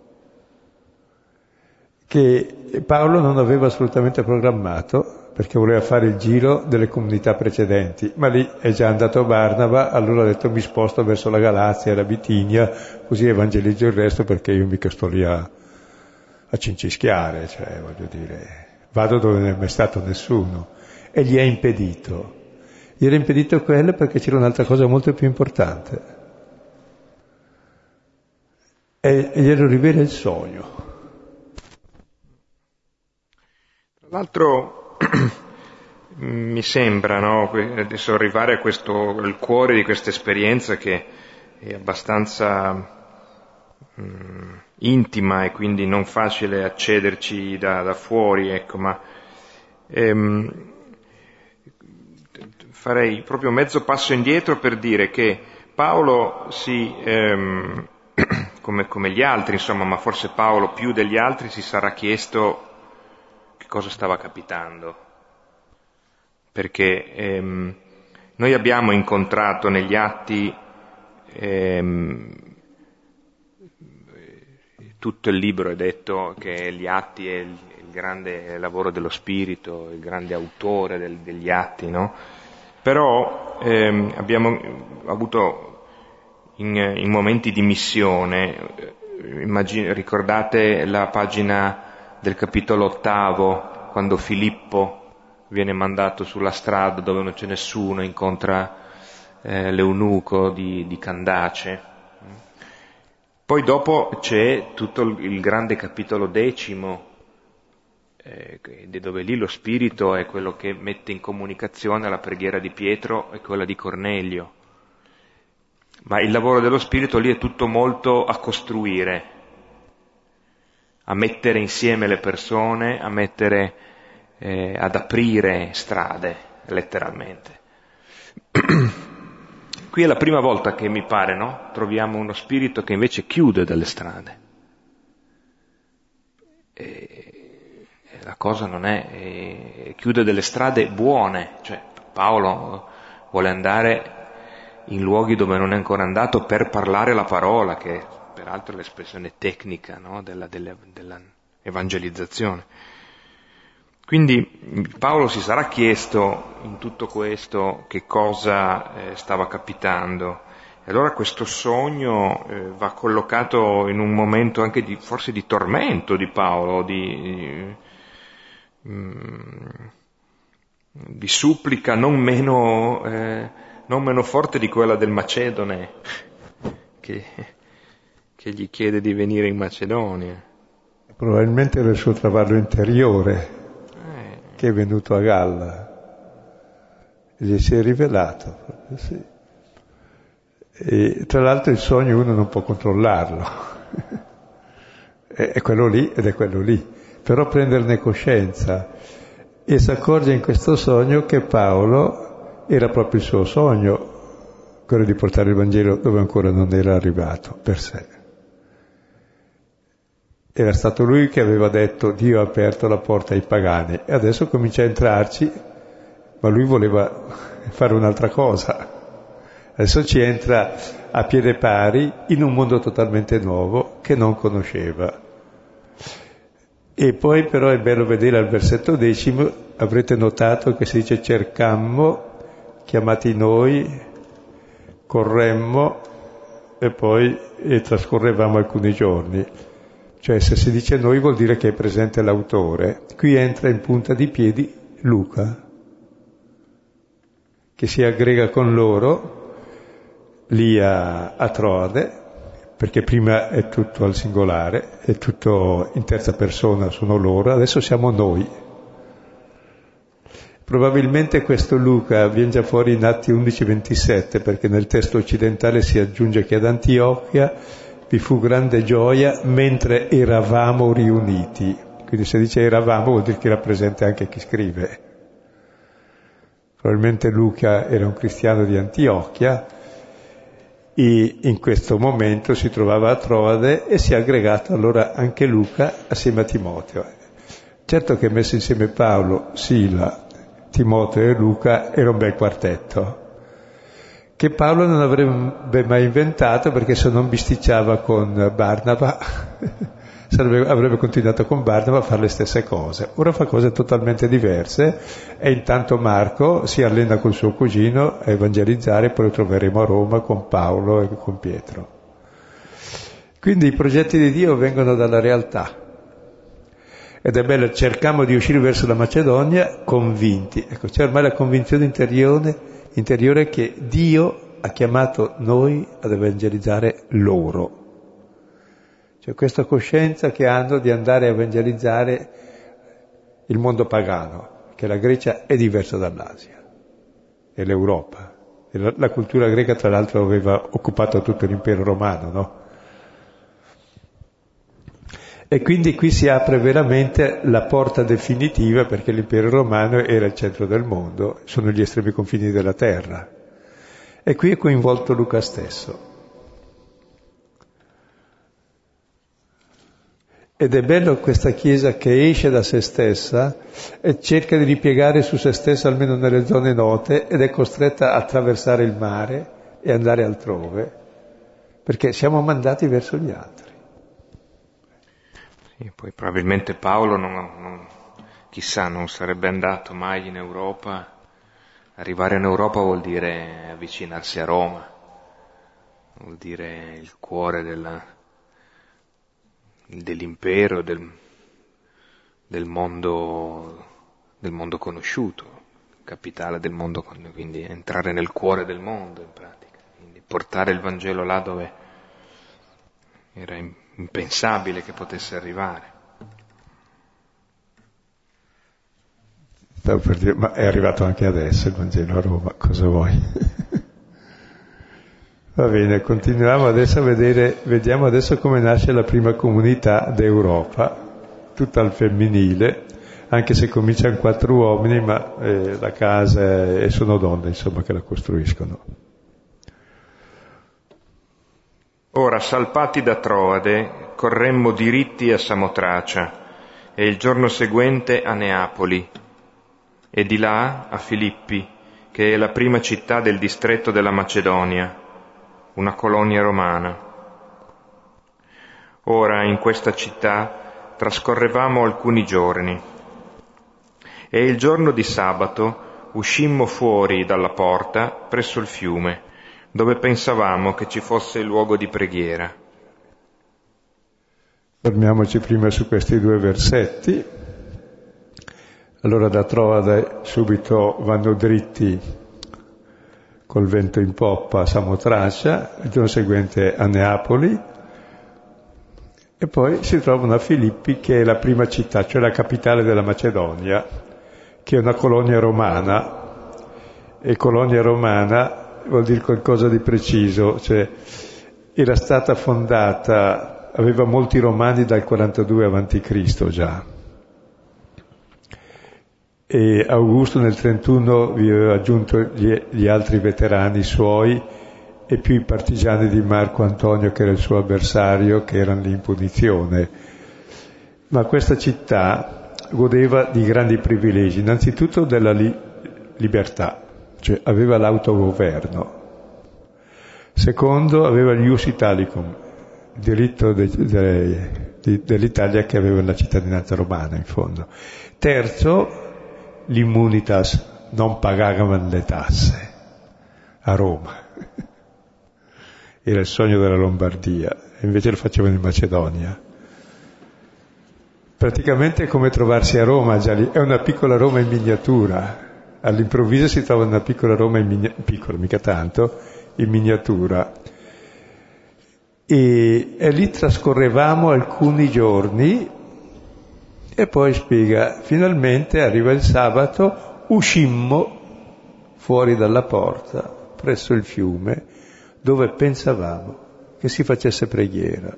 [SPEAKER 2] che Paolo non aveva assolutamente programmato, perché voleva fare il giro delle comunità precedenti, ma lì è già andato Barnaba, allora ha detto mi sposto verso la Galazia e la Bitinia, così evangelizzo il resto, perché io mica sto lì a cincischiare, cioè voglio dire, vado dove non è mai stato nessuno, e gli è impedito. Gli era impedito quello perché c'era un'altra cosa molto più importante, e glielo rivela il sogno.
[SPEAKER 1] Tra l'altro mi sembra, no, adesso arrivare a il cuore di questa esperienza che è abbastanza intima e quindi non facile accederci da fuori, ecco, ma farei proprio mezzo passo indietro per dire che Paolo come gli altri, insomma, ma forse Paolo più degli altri si sarà chiesto che cosa stava capitando, perché noi abbiamo incontrato negli atti tutto il libro è detto che gli atti è il grande lavoro dello Spirito, il grande autore degli atti, no? Però abbiamo avuto in momenti di missione, ricordate la pagina del capitolo 8, quando Filippo viene mandato sulla strada dove non c'è nessuno, incontra l'eunuco di Candace. Poi dopo c'è tutto il grande capitolo 10, dove lì lo Spirito è quello che mette in comunicazione la preghiera di Pietro e quella di Cornelio. Ma il lavoro dello Spirito lì è tutto molto a costruire, a mettere insieme le persone, ad aprire strade, letteralmente. Qui è la prima volta che mi pare, no? Troviamo uno Spirito che invece chiude delle strade. La cosa non è chiude delle strade buone, cioè Paolo vuole andare in luoghi dove non è ancora andato per parlare la parola, che peraltro è l'espressione tecnica, no? della evangelizzazione. Quindi Paolo si sarà chiesto in tutto questo che cosa stava capitando. E allora questo sogno va collocato in un momento anche forse di tormento di Paolo, di supplica non meno forte di quella del Macedone, che gli chiede di venire in Macedonia.
[SPEAKER 2] Probabilmente era il suo travallo interiore che è venuto a galla e gli si è rivelato. Sì. E tra l'altro il sogno uno non può controllarlo, è quello lì ed è quello lì, però prenderne coscienza, e si accorge in questo sogno che Paolo era proprio il suo sogno, quello di portare il Vangelo dove ancora non era arrivato per sé. Era stato lui che aveva detto Dio ha aperto la porta ai pagani, e adesso comincia a entrarci, ma lui voleva fare un'altra cosa. Adesso ci entra a piede pari in un mondo totalmente nuovo che non conosceva. E poi però è bello vedere al versetto 10, avrete notato che si dice cercammo, chiamati noi, corremmo e poi trascorrevamo alcuni giorni. Cioè se si dice noi vuol dire che è presente l'autore. Qui entra in punta di piedi Luca, che si aggrega con loro lì a Troade, perché prima è tutto al singolare, è tutto in terza persona, sono loro, adesso siamo noi. Probabilmente questo Luca viene già fuori in Atti 11:27, perché nel testo occidentale si aggiunge che ad Antiochia vi fu grande gioia mentre eravamo riuniti. Quindi se dice eravamo vuol dire che era presente anche chi scrive. Probabilmente Luca era un cristiano di Antiochia e in questo momento si trovava a Troade e si è aggregato allora anche Luca assieme a Timoteo. Certo che messo insieme Paolo, Sila, Timoteo e Luca era un bel quartetto, che Paolo non avrebbe mai inventato, perché se non bisticciava con Barnaba avrebbe continuato con Barnaba a fare le stesse cose. Ora fa cose totalmente diverse e intanto Marco si allena col suo cugino a evangelizzare, poi lo troveremo a Roma con Paolo e con Pietro. Quindi i progetti di Dio vengono dalla realtà ed è bello, cerchiamo di uscire verso la Macedonia convinti. Ecco, c'è ormai la convinzione interiore che Dio ha chiamato noi ad evangelizzare loro. Cioè questa coscienza che hanno di andare a evangelizzare il mondo pagano, che la Grecia è diversa dall'Asia e l'Europa. E la cultura greca tra l'altro aveva occupato tutto l'impero romano, no? E quindi qui si apre veramente la porta definitiva, perché l'impero romano era il centro del mondo, sono gli estremi confini della terra. E qui è coinvolto Luca stesso. Ed è bello questa Chiesa che esce da se stessa e cerca di ripiegare su se stessa almeno nelle zone note, ed è costretta a attraversare il mare e andare altrove, perché siamo mandati verso gli altri.
[SPEAKER 1] E poi probabilmente Paolo chissà, non sarebbe andato mai in Europa. Arrivare in Europa vuol dire avvicinarsi a Roma, vuol dire il cuore dell'impero, del mondo conosciuto, capitale del mondo, quindi entrare nel cuore del mondo in pratica, quindi portare il Vangelo là dove era impensabile che potesse arrivare.
[SPEAKER 2] Stavo per dire, ma è arrivato anche adesso il Vangelo a Roma, cosa vuoi? Va bene, continuiamo adesso a vediamo adesso come nasce la prima comunità d'Europa, tutta al femminile, anche se cominciano 4 uomini, ma la casa e sono donne, insomma, che la costruiscono.
[SPEAKER 1] Ora, salpati da Troade, corremmo diritti a Samotracia e il giorno seguente a Neapoli e di là a Filippi, che è la prima città del distretto della Macedonia, una colonia romana. Ora, in questa città trascorrevamo alcuni giorni e il giorno di sabato uscimmo fuori dalla porta presso il fiume, dove pensavamo che ci fosse luogo di preghiera.
[SPEAKER 2] Fermiamoci prima su questi 2 versetti. Allora da Troade subito vanno dritti col vento in poppa a Samotracia, il giorno seguente a Neapoli e poi si trovano a Filippi, che è la prima città, cioè la capitale della Macedonia, che è una colonia romana, e colonia romana vuol dire qualcosa di preciso, cioè era stata fondata, aveva molti romani dal 42 a.C. già, e Augusto nel 31 vi aveva aggiunto gli altri veterani suoi e più i partigiani di Marco Antonio, che era il suo avversario, che erano lì in punizione. Ma questa città godeva di grandi privilegi, innanzitutto della libertà, cioè aveva l'autogoverno. Secondo, aveva il ius italicum, il diritto dell'Italia che aveva la cittadinanza romana in fondo. Terzo, l'immunitas, non pagavano le tasse a Roma. Era il sogno della Lombardia, e invece lo facevano in Macedonia. Praticamente è come trovarsi a Roma, già lì. È una piccola Roma in miniatura. All'improvviso si trova una piccola Roma piccola, mica tanto, in miniatura. E lì trascorrevamo alcuni giorni e poi spiega, finalmente arriva il sabato, uscimmo fuori dalla porta, presso il fiume, dove pensavamo che si facesse preghiera.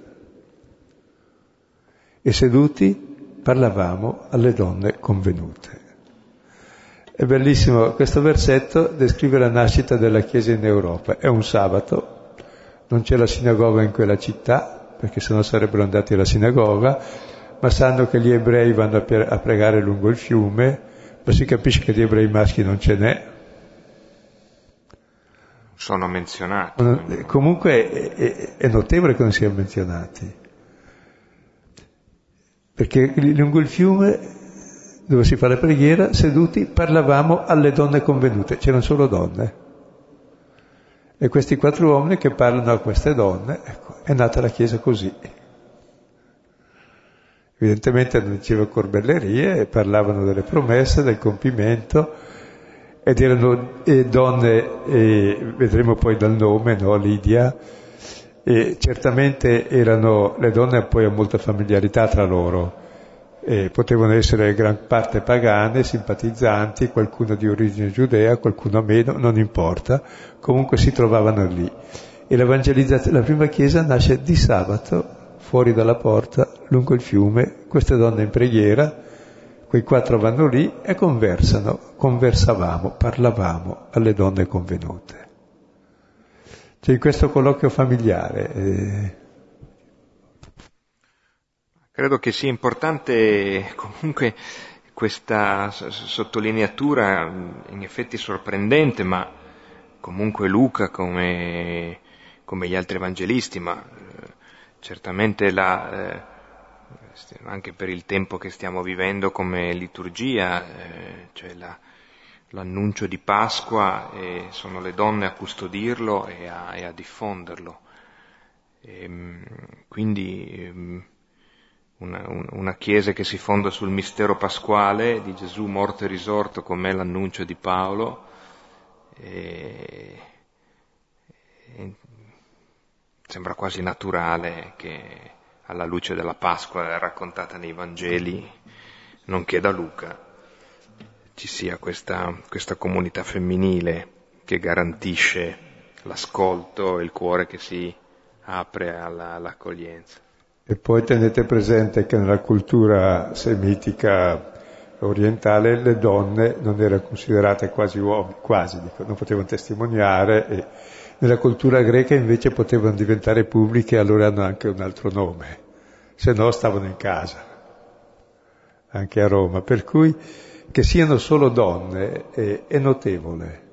[SPEAKER 2] E seduti parlavamo alle donne convenute. È bellissimo, questo versetto descrive la nascita della Chiesa in Europa. È un sabato, non c'è la sinagoga in quella città, perché sennò sarebbero andati alla sinagoga, ma sanno che gli ebrei vanno a pregare lungo il fiume, ma si capisce che gli ebrei maschi non ce n'è.
[SPEAKER 1] Sono menzionati.
[SPEAKER 2] Comunque è notevole che non siano menzionati, perché lungo il fiume, dove si fa la preghiera, seduti, parlavamo alle donne convenute, c'erano solo donne. E questi 4 uomini che parlano a queste donne, ecco, è nata la Chiesa così. Evidentemente non dicevano corbellerie, e parlavano delle promesse, del compimento, ed erano donne, vedremo poi dal nome, no? Lidia, e certamente erano le donne poi a molta familiarità tra loro. Potevano essere gran parte pagane, simpatizzanti, qualcuno di origine giudea, qualcuno meno, non importa, comunque si trovavano lì. E l'evangelizzazione, la prima chiesa nasce di sabato, fuori dalla porta, lungo il fiume, queste donne in preghiera, quei 4 vanno lì e conversavamo, parlavamo alle donne convenute. Cioè in questo colloquio familiare...
[SPEAKER 1] Credo che sia importante comunque questa sottolineatura, in effetti sorprendente, ma comunque Luca come gli altri evangelisti, ma certamente anche per il tempo che stiamo vivendo come liturgia, cioè l'annuncio di Pasqua, sono le donne a custodirlo e a diffonderlo. Quindi una Chiesa che si fonda sul mistero pasquale di Gesù morto e risorto, come l'annuncio di Paolo, sembra quasi naturale che alla luce della Pasqua raccontata nei Vangeli, nonché da Luca, ci sia questa comunità femminile che garantisce l'ascolto e il cuore che si apre all'accoglienza.
[SPEAKER 2] E poi tenete presente che nella cultura semitica orientale le donne non erano considerate quasi uomini, non potevano testimoniare, e nella cultura greca invece potevano diventare pubbliche, allora hanno anche un altro nome, se no stavano in casa, anche a Roma, per cui che siano solo donne è notevole.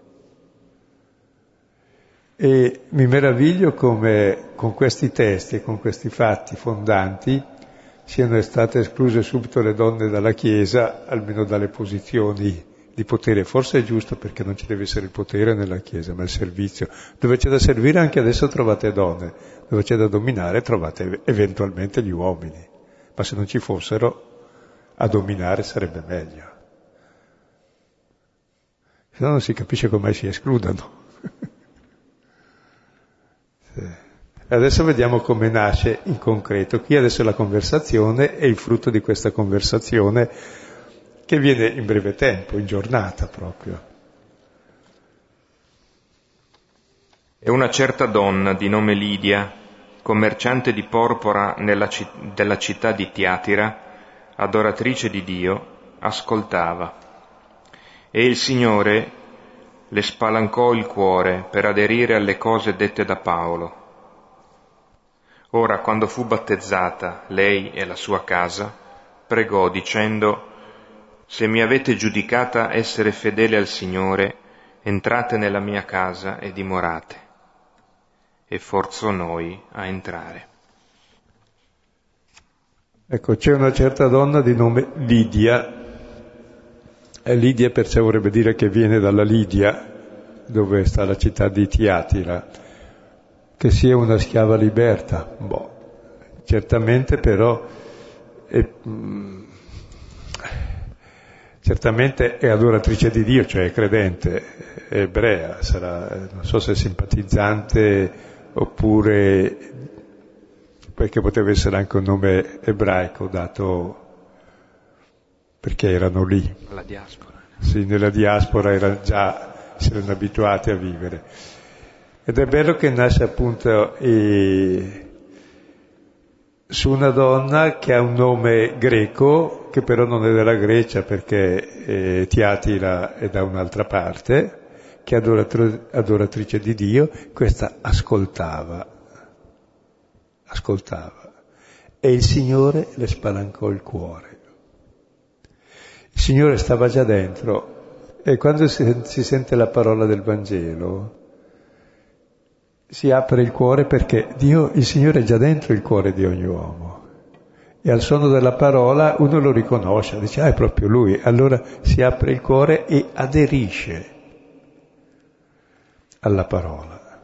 [SPEAKER 2] E mi meraviglio come con questi testi e con questi fatti fondanti siano state escluse subito le donne dalla Chiesa, almeno dalle posizioni di potere. Forse è giusto, perché non ci deve essere il potere nella Chiesa, ma il servizio. Dove c'è da servire anche adesso trovate donne, dove c'è da dominare trovate eventualmente gli uomini, ma se non ci fossero a dominare sarebbe meglio. Se no non si capisce come si escludano. Adesso vediamo come nasce in concreto. Qui adesso la conversazione è il frutto di questa conversazione che viene in breve tempo, in giornata proprio.
[SPEAKER 1] E una certa donna di nome Lidia, commerciante di porpora della città di Tiatira, adoratrice di Dio, ascoltava. E il Signore le spalancò il cuore per aderire alle cose dette da Paolo. Ora, quando fu battezzata, lei e la sua casa, pregò dicendo: «Se mi avete giudicata essere fedele al Signore, entrate nella mia casa e dimorate». E forzò noi a entrare.
[SPEAKER 2] Ecco, c'è una certa donna di nome Lidia, e Lidia perciò vorrebbe dire che viene dalla Lidia, dove sta la città di Tiatira, che sia una schiava liberta. Certamente però certamente è adoratrice di Dio, cioè è credente, è ebrea, sarà, non so se è simpatizzante oppure, perché poteva essere anche un nome ebraico dato perché erano lì.
[SPEAKER 1] La diaspora.
[SPEAKER 2] Sì, nella diaspora si erano abituati a vivere. Ed è bello che nasce appunto su una donna che ha un nome greco, che però non è della Grecia, perché Tiatira è da un'altra parte, che è adoratrice di Dio. Questa ascoltava, e il Signore le spalancò il cuore. Il Signore stava già dentro, e quando si sente la parola del Vangelo si apre il cuore, perché il Signore è già dentro il cuore di ogni uomo, e al suono della parola uno lo riconosce, dice: è proprio Lui. Allora si apre il cuore e aderisce alla parola.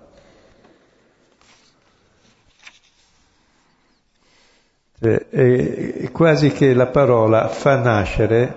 [SPEAKER 2] È quasi che la parola fa nascere,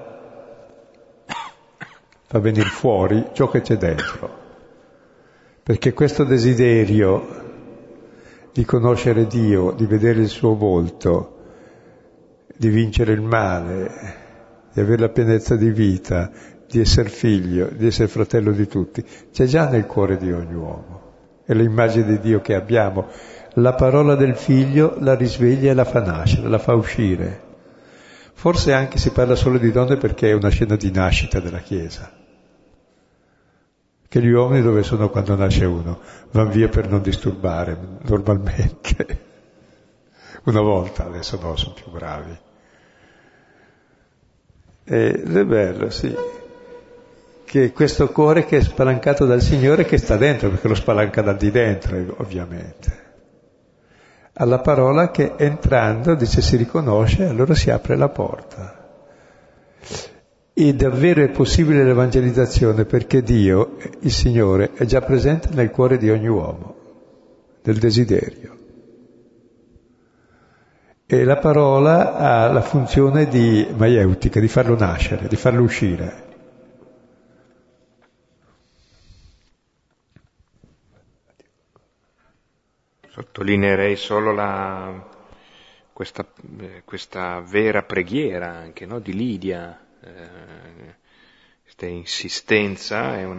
[SPEAKER 2] fa venire fuori ciò che c'è dentro. Perché questo desiderio di conoscere Dio, di vedere il suo volto, di vincere il male, di avere la pienezza di vita, di essere figlio, di essere fratello di tutti, c'è già nel cuore di ogni uomo. È l'immagine di Dio che abbiamo. La parola del figlio la risveglia e la fa nascere, la fa uscire. Forse anche si parla solo di donne perché è una scena di nascita della Chiesa. Che gli uomini dove sono quando nasce uno? Van via per non disturbare, normalmente. Una volta, adesso no, sono più bravi. Ed è bello, sì, che questo cuore che è spalancato dal Signore, che sta dentro, perché lo spalanca da di dentro, ovviamente. alla parola che entrando, dice, si riconosce, allora si apre la porta. E davvero è possibile l'evangelizzazione perché Dio, il Signore, è già presente nel cuore di ogni uomo, nel desiderio. E la parola ha la funzione di maieutica, di farlo nascere, di farlo uscire.
[SPEAKER 1] Sottolineerei solo questa vera preghiera anche, no? Di Lidia, questa insistenza è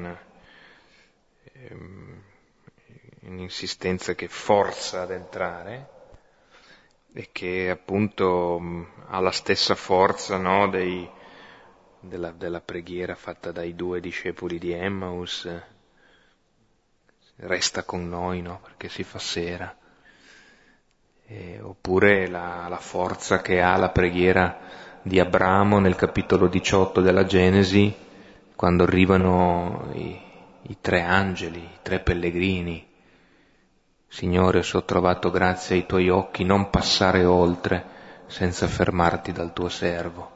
[SPEAKER 1] un'insistenza che forza ad entrare e che appunto ha la stessa forza, no? della preghiera fatta dai 2 discepoli di Emmaus. Resta con noi, no? Perché si fa sera. Oppure la forza che ha la preghiera di Abramo nel capitolo 18 della Genesi, quando arrivano i 3 angeli, i 3 pellegrini. Signore, ho trovato grazia ai tuoi occhi, non passare oltre senza fermarti dal tuo servo.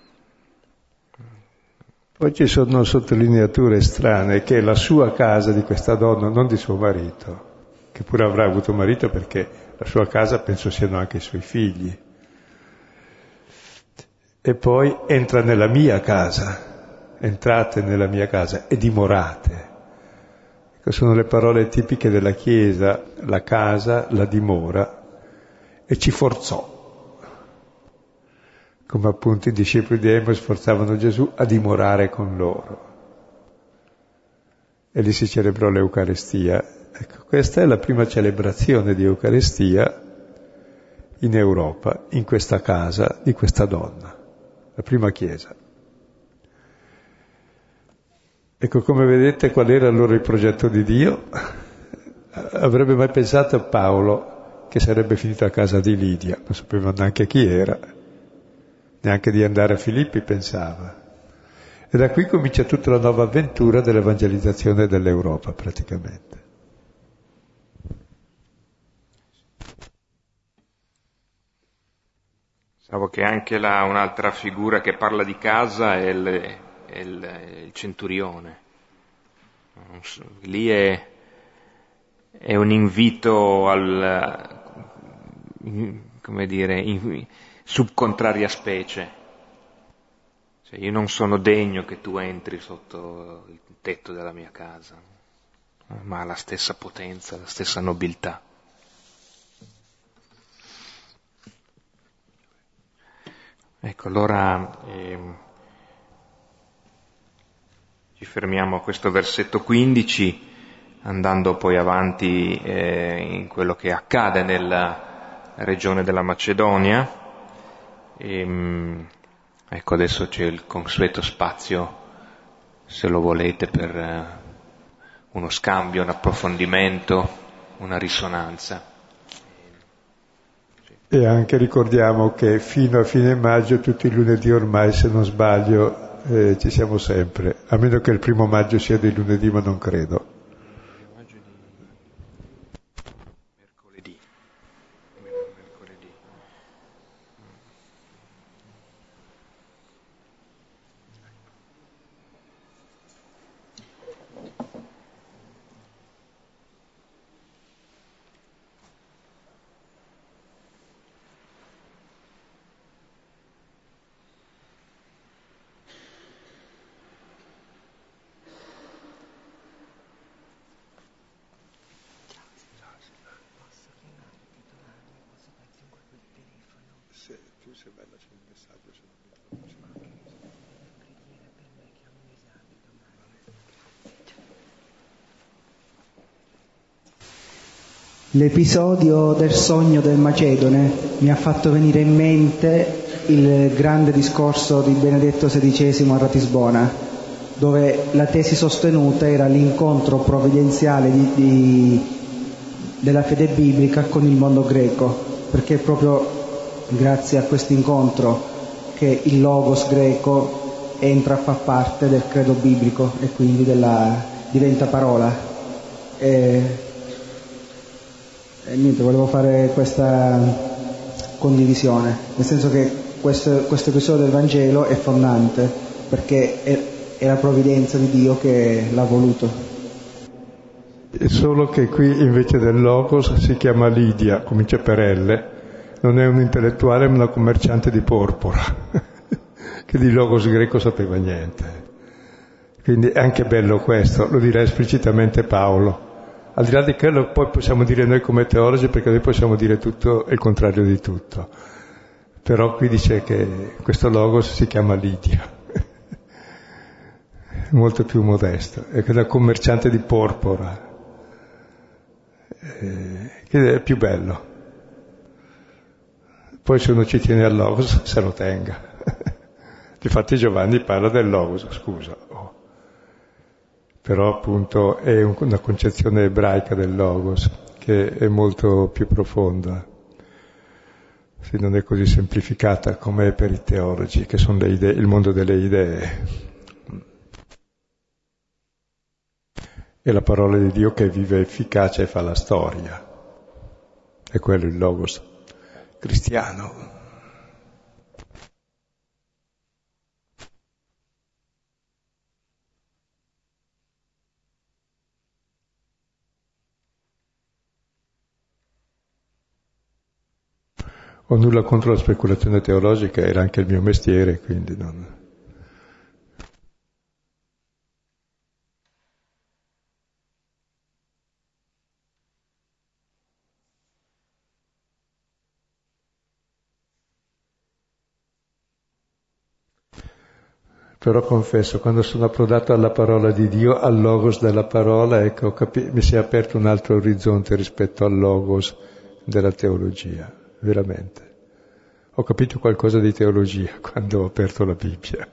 [SPEAKER 2] Poi ci sono sottolineature strane, che è la sua casa di questa donna, non di suo marito, che pure avrà avuto marito perché la sua casa penso siano anche i suoi figli. E poi entra nella mia casa, entrate nella mia casa e dimorate. Ecco, sono le parole tipiche della Chiesa, la casa, la dimora, e ci forzò. Come appunto i discepoli di Emmaus sforzavano Gesù a dimorare con loro. E lì si celebrò l'Eucarestia. Ecco, questa è la prima celebrazione di Eucarestia in Europa, in questa casa di questa donna, la prima Chiesa. Ecco, come vedete qual era allora il progetto di Dio? Avrebbe mai pensato Paolo che sarebbe finito a casa di Lidia? Non sapeva neanche chi era. Neanche di andare a Filippi pensava. E da qui comincia tutta la nuova avventura dell'evangelizzazione dell'Europa, praticamente.
[SPEAKER 1] Pensavo che anche un'altra figura che parla di casa è il centurione. Lì è un invito come dire, subcontraria specie. Cioè, io non sono degno che tu entri sotto il tetto della mia casa, ma ha la stessa potenza, la stessa nobiltà. Ecco, allora ci fermiamo a questo versetto 15, andando poi avanti in quello che accade nella regione della Macedonia. Ecco, adesso c'è il consueto spazio, se lo volete, per uno scambio, un approfondimento, una risonanza.
[SPEAKER 2] E anche ricordiamo che fino a fine maggio, tutti i lunedì ormai, se non sbaglio, ci siamo sempre, a meno che il 1 maggio sia di lunedì, ma non credo.
[SPEAKER 3] L'episodio del sogno del Macedone mi ha fatto venire in mente il grande discorso di Benedetto XVI a Ratisbona, dove la tesi sostenuta era l'incontro provvidenziale della fede biblica con il mondo greco, perché è proprio grazie a questo incontro che il logos greco entra a far parte del credo biblico e quindi diventa parola. Niente, volevo fare questa condivisione, nel senso che questo episodio del Vangelo è fondante, perché è la provvidenza di Dio che l'ha voluto.
[SPEAKER 2] Solo che qui invece del Logos si chiama Lidia, comincia per L, non è un intellettuale ma una commerciante di porpora, che di Logos greco sapeva niente. Quindi è anche bello questo, lo dirà esplicitamente Paolo. Al di là di quello poi possiamo dire noi come teologi, perché noi possiamo dire tutto e il contrario di tutto. Però qui dice che questo Logos si chiama Lidia, molto più modesto, è quella commerciante di porpora, che è più bello. Poi se uno ci tiene al Logos, se lo tenga. Difatti Giovanni parla del Logos, scusa. Però appunto è una concezione ebraica del Logos, che è molto più profonda, se non è così semplificata come è per i teologi, che sono le idee, il mondo delle idee. È la parola di Dio che vive efficace e fa la storia. È quello il Logos cristiano. Ho nulla contro la speculazione teologica, era anche il mio mestiere, quindi non... Però confesso, quando sono approdato alla parola di Dio, al Logos della parola, ecco, mi si è aperto un altro orizzonte rispetto al Logos della teologia, veramente. Ho capito qualcosa di teologia quando ho aperto la Bibbia.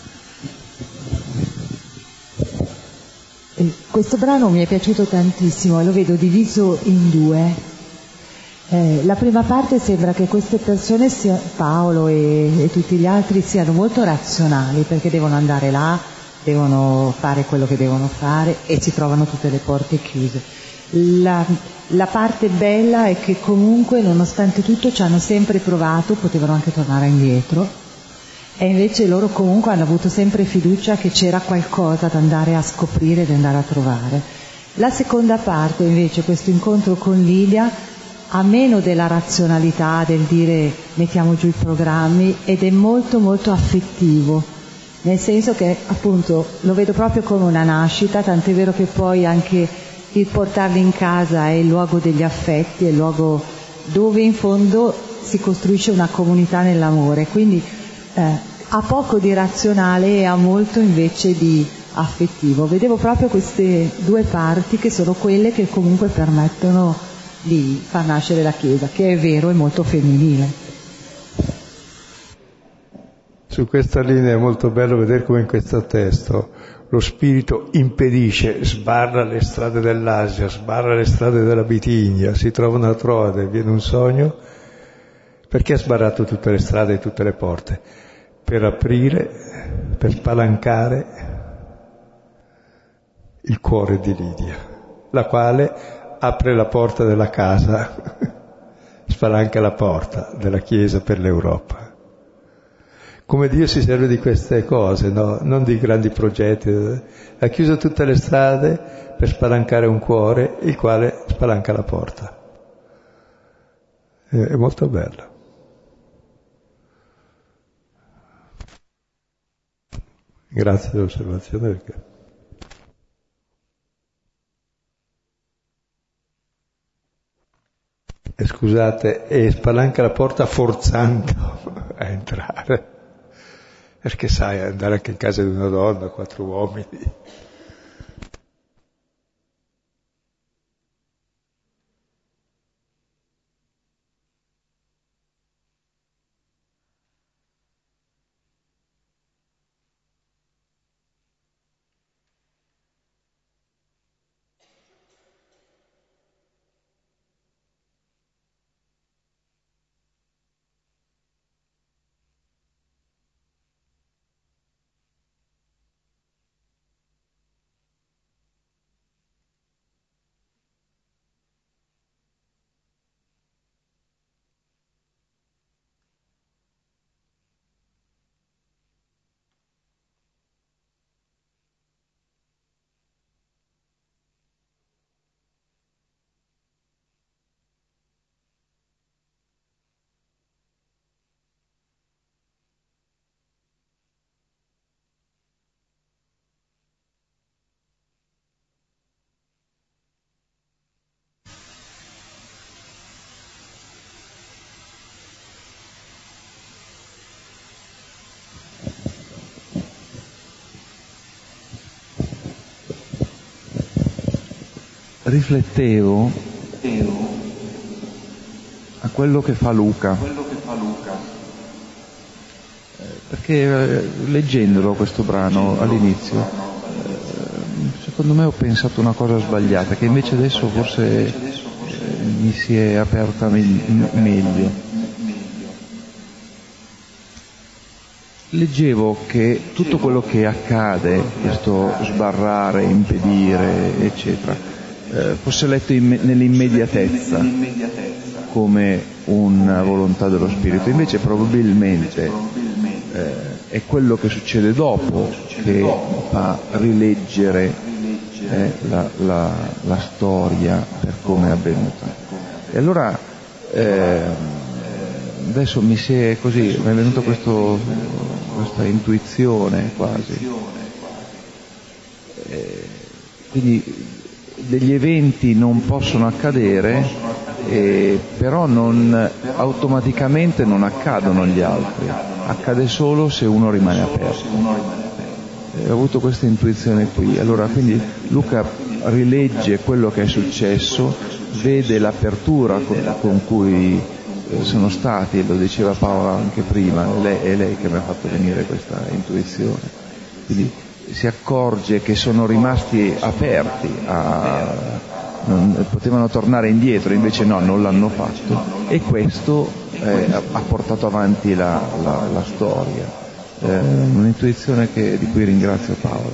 [SPEAKER 4] Questo brano mi è piaciuto tantissimo e lo vedo diviso in due. La prima parte sembra che queste persone, Paolo e tutti gli altri, siano molto razionali, perché devono andare là, devono fare quello che devono fare e si trovano tutte le porte chiuse. La parte bella è che comunque, nonostante tutto, ci hanno sempre provato, potevano anche tornare indietro, e invece loro comunque hanno avuto sempre fiducia che c'era qualcosa da andare a scoprire, da andare a trovare. La seconda parte, invece, questo incontro con Lidia, ha meno della razionalità del dire mettiamo giù i programmi, ed è molto molto affettivo, nel senso che appunto lo vedo proprio come una nascita, tant'è vero che poi anche il portarli in casa è il luogo degli affetti, è il luogo dove in fondo si costruisce una comunità nell'amore, quindi ha poco di razionale e ha molto invece di affettivo. Vedevo proprio queste due parti che sono quelle che comunque permettono di far nascere la Chiesa, che è vero, è molto femminile.
[SPEAKER 2] Su questa linea è molto bello vedere come in questo testo lo spirito impedisce, sbarra le strade dell'Asia, sbarra le strade della Bitinia, si trova una Troade, viene un sogno. Perché ha sbarrato tutte le strade e tutte le porte? Per aprire, per spalancare il cuore di Lidia, la quale apre la porta della casa, spalanca la porta della Chiesa per l'Europa. Come Dio si serve di queste cose, no? Non di grandi progetti. Ha chiuso tutte le strade per spalancare un cuore, il quale spalanca la porta. È molto bello. Grazie dell'osservazione. Perché... scusate, e spalanca la porta forzando a entrare, perché sai, andare anche in casa di una donna, 4 uomini.
[SPEAKER 5] riflettevo a quello che fa Luca, perché leggendolo questo brano all'inizio, secondo me ho pensato una cosa sbagliata, che invece adesso forse mi si è aperta meglio. Leggevo che tutto quello che accade, questo sbarrare, impedire, eccetera, fosse letto nell'immediatezza come una volontà dello Spirito. Invece probabilmente è quello che succede dopo che fa rileggere la storia per come è avvenuta. E allora adesso mi è venuta questa intuizione quasi. Quindi degli eventi non possono accadere, però automaticamente non accadono gli altri, accade solo se uno rimane aperto. Ho avuto questa intuizione qui. Allora quindi Luca rilegge quello che è successo, vede l'apertura con cui sono stati, lo diceva Paola anche prima, è lei che mi ha fatto venire questa intuizione. Quindi si accorge che sono rimasti aperti, potevano tornare indietro, invece no, non l'hanno fatto, e questo ha portato avanti la storia. Un'intuizione di cui ringrazio Paola.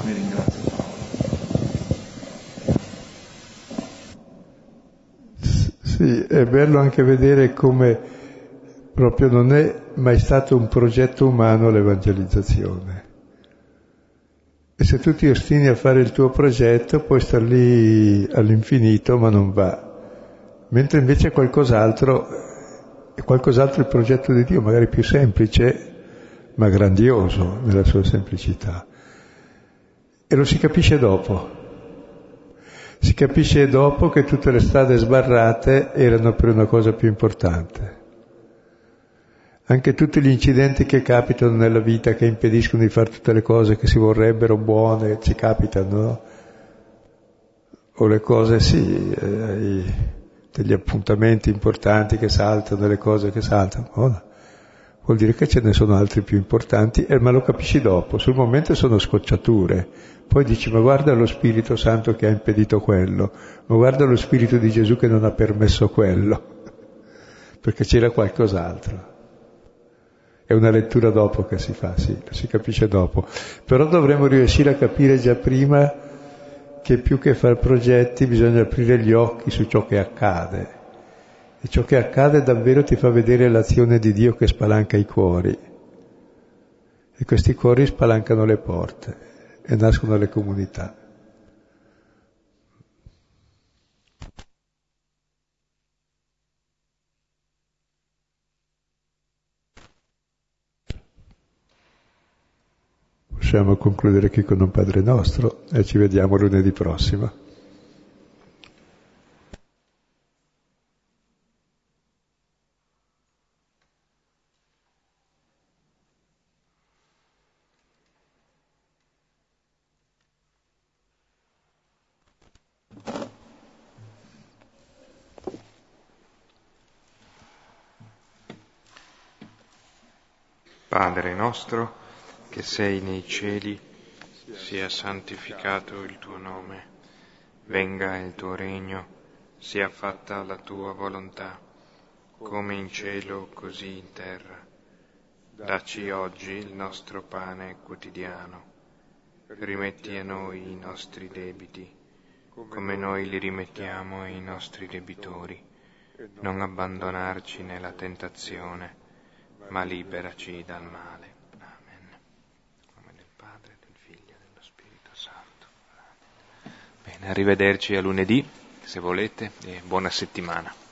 [SPEAKER 2] Sì, è bello anche vedere come proprio non è mai stato un progetto umano l'evangelizzazione. E se tu ti ostini a fare il tuo progetto puoi star lì all'infinito, ma non va. Mentre invece qualcos'altro è il progetto di Dio, magari più semplice, ma grandioso nella sua semplicità. E lo si capisce dopo. Si capisce dopo che tutte le strade sbarrate erano per una cosa più importante. Anche tutti gli incidenti che capitano nella vita, che impediscono di fare tutte le cose che si vorrebbero buone, ci capitano, no? O le cose, degli appuntamenti importanti che saltano, delle cose che saltano. No? Vuol dire che ce ne sono altri più importanti, ma lo capisci dopo. Sul momento sono scocciature. Poi dici, ma guarda lo Spirito Santo che ha impedito quello, ma guarda lo Spirito di Gesù che non ha permesso quello, perché c'era qualcos'altro. È una lettura dopo che si fa, sì, lo si capisce dopo. Però dovremmo riuscire a capire già prima che più che fare progetti bisogna aprire gli occhi su ciò che accade. E ciò che accade davvero ti fa vedere l'azione di Dio che spalanca i cuori. E questi cuori spalancano le porte e nascono le comunità. Possiamo concludere qui con un Padre Nostro e ci vediamo lunedì prossimo.
[SPEAKER 1] Padre nostro, che sei nei cieli, sia santificato il tuo nome, venga il tuo regno, sia fatta la tua volontà, come in cielo così in terra. Dacci oggi il nostro pane quotidiano, rimetti a noi i nostri debiti, come noi li rimettiamo ai nostri debitori, non abbandonarci nella tentazione, ma liberaci dal male. Amen. In nome del Padre, del Figlio e dello Spirito Santo. Amen. Bene, arrivederci a lunedì, se volete, e buona settimana.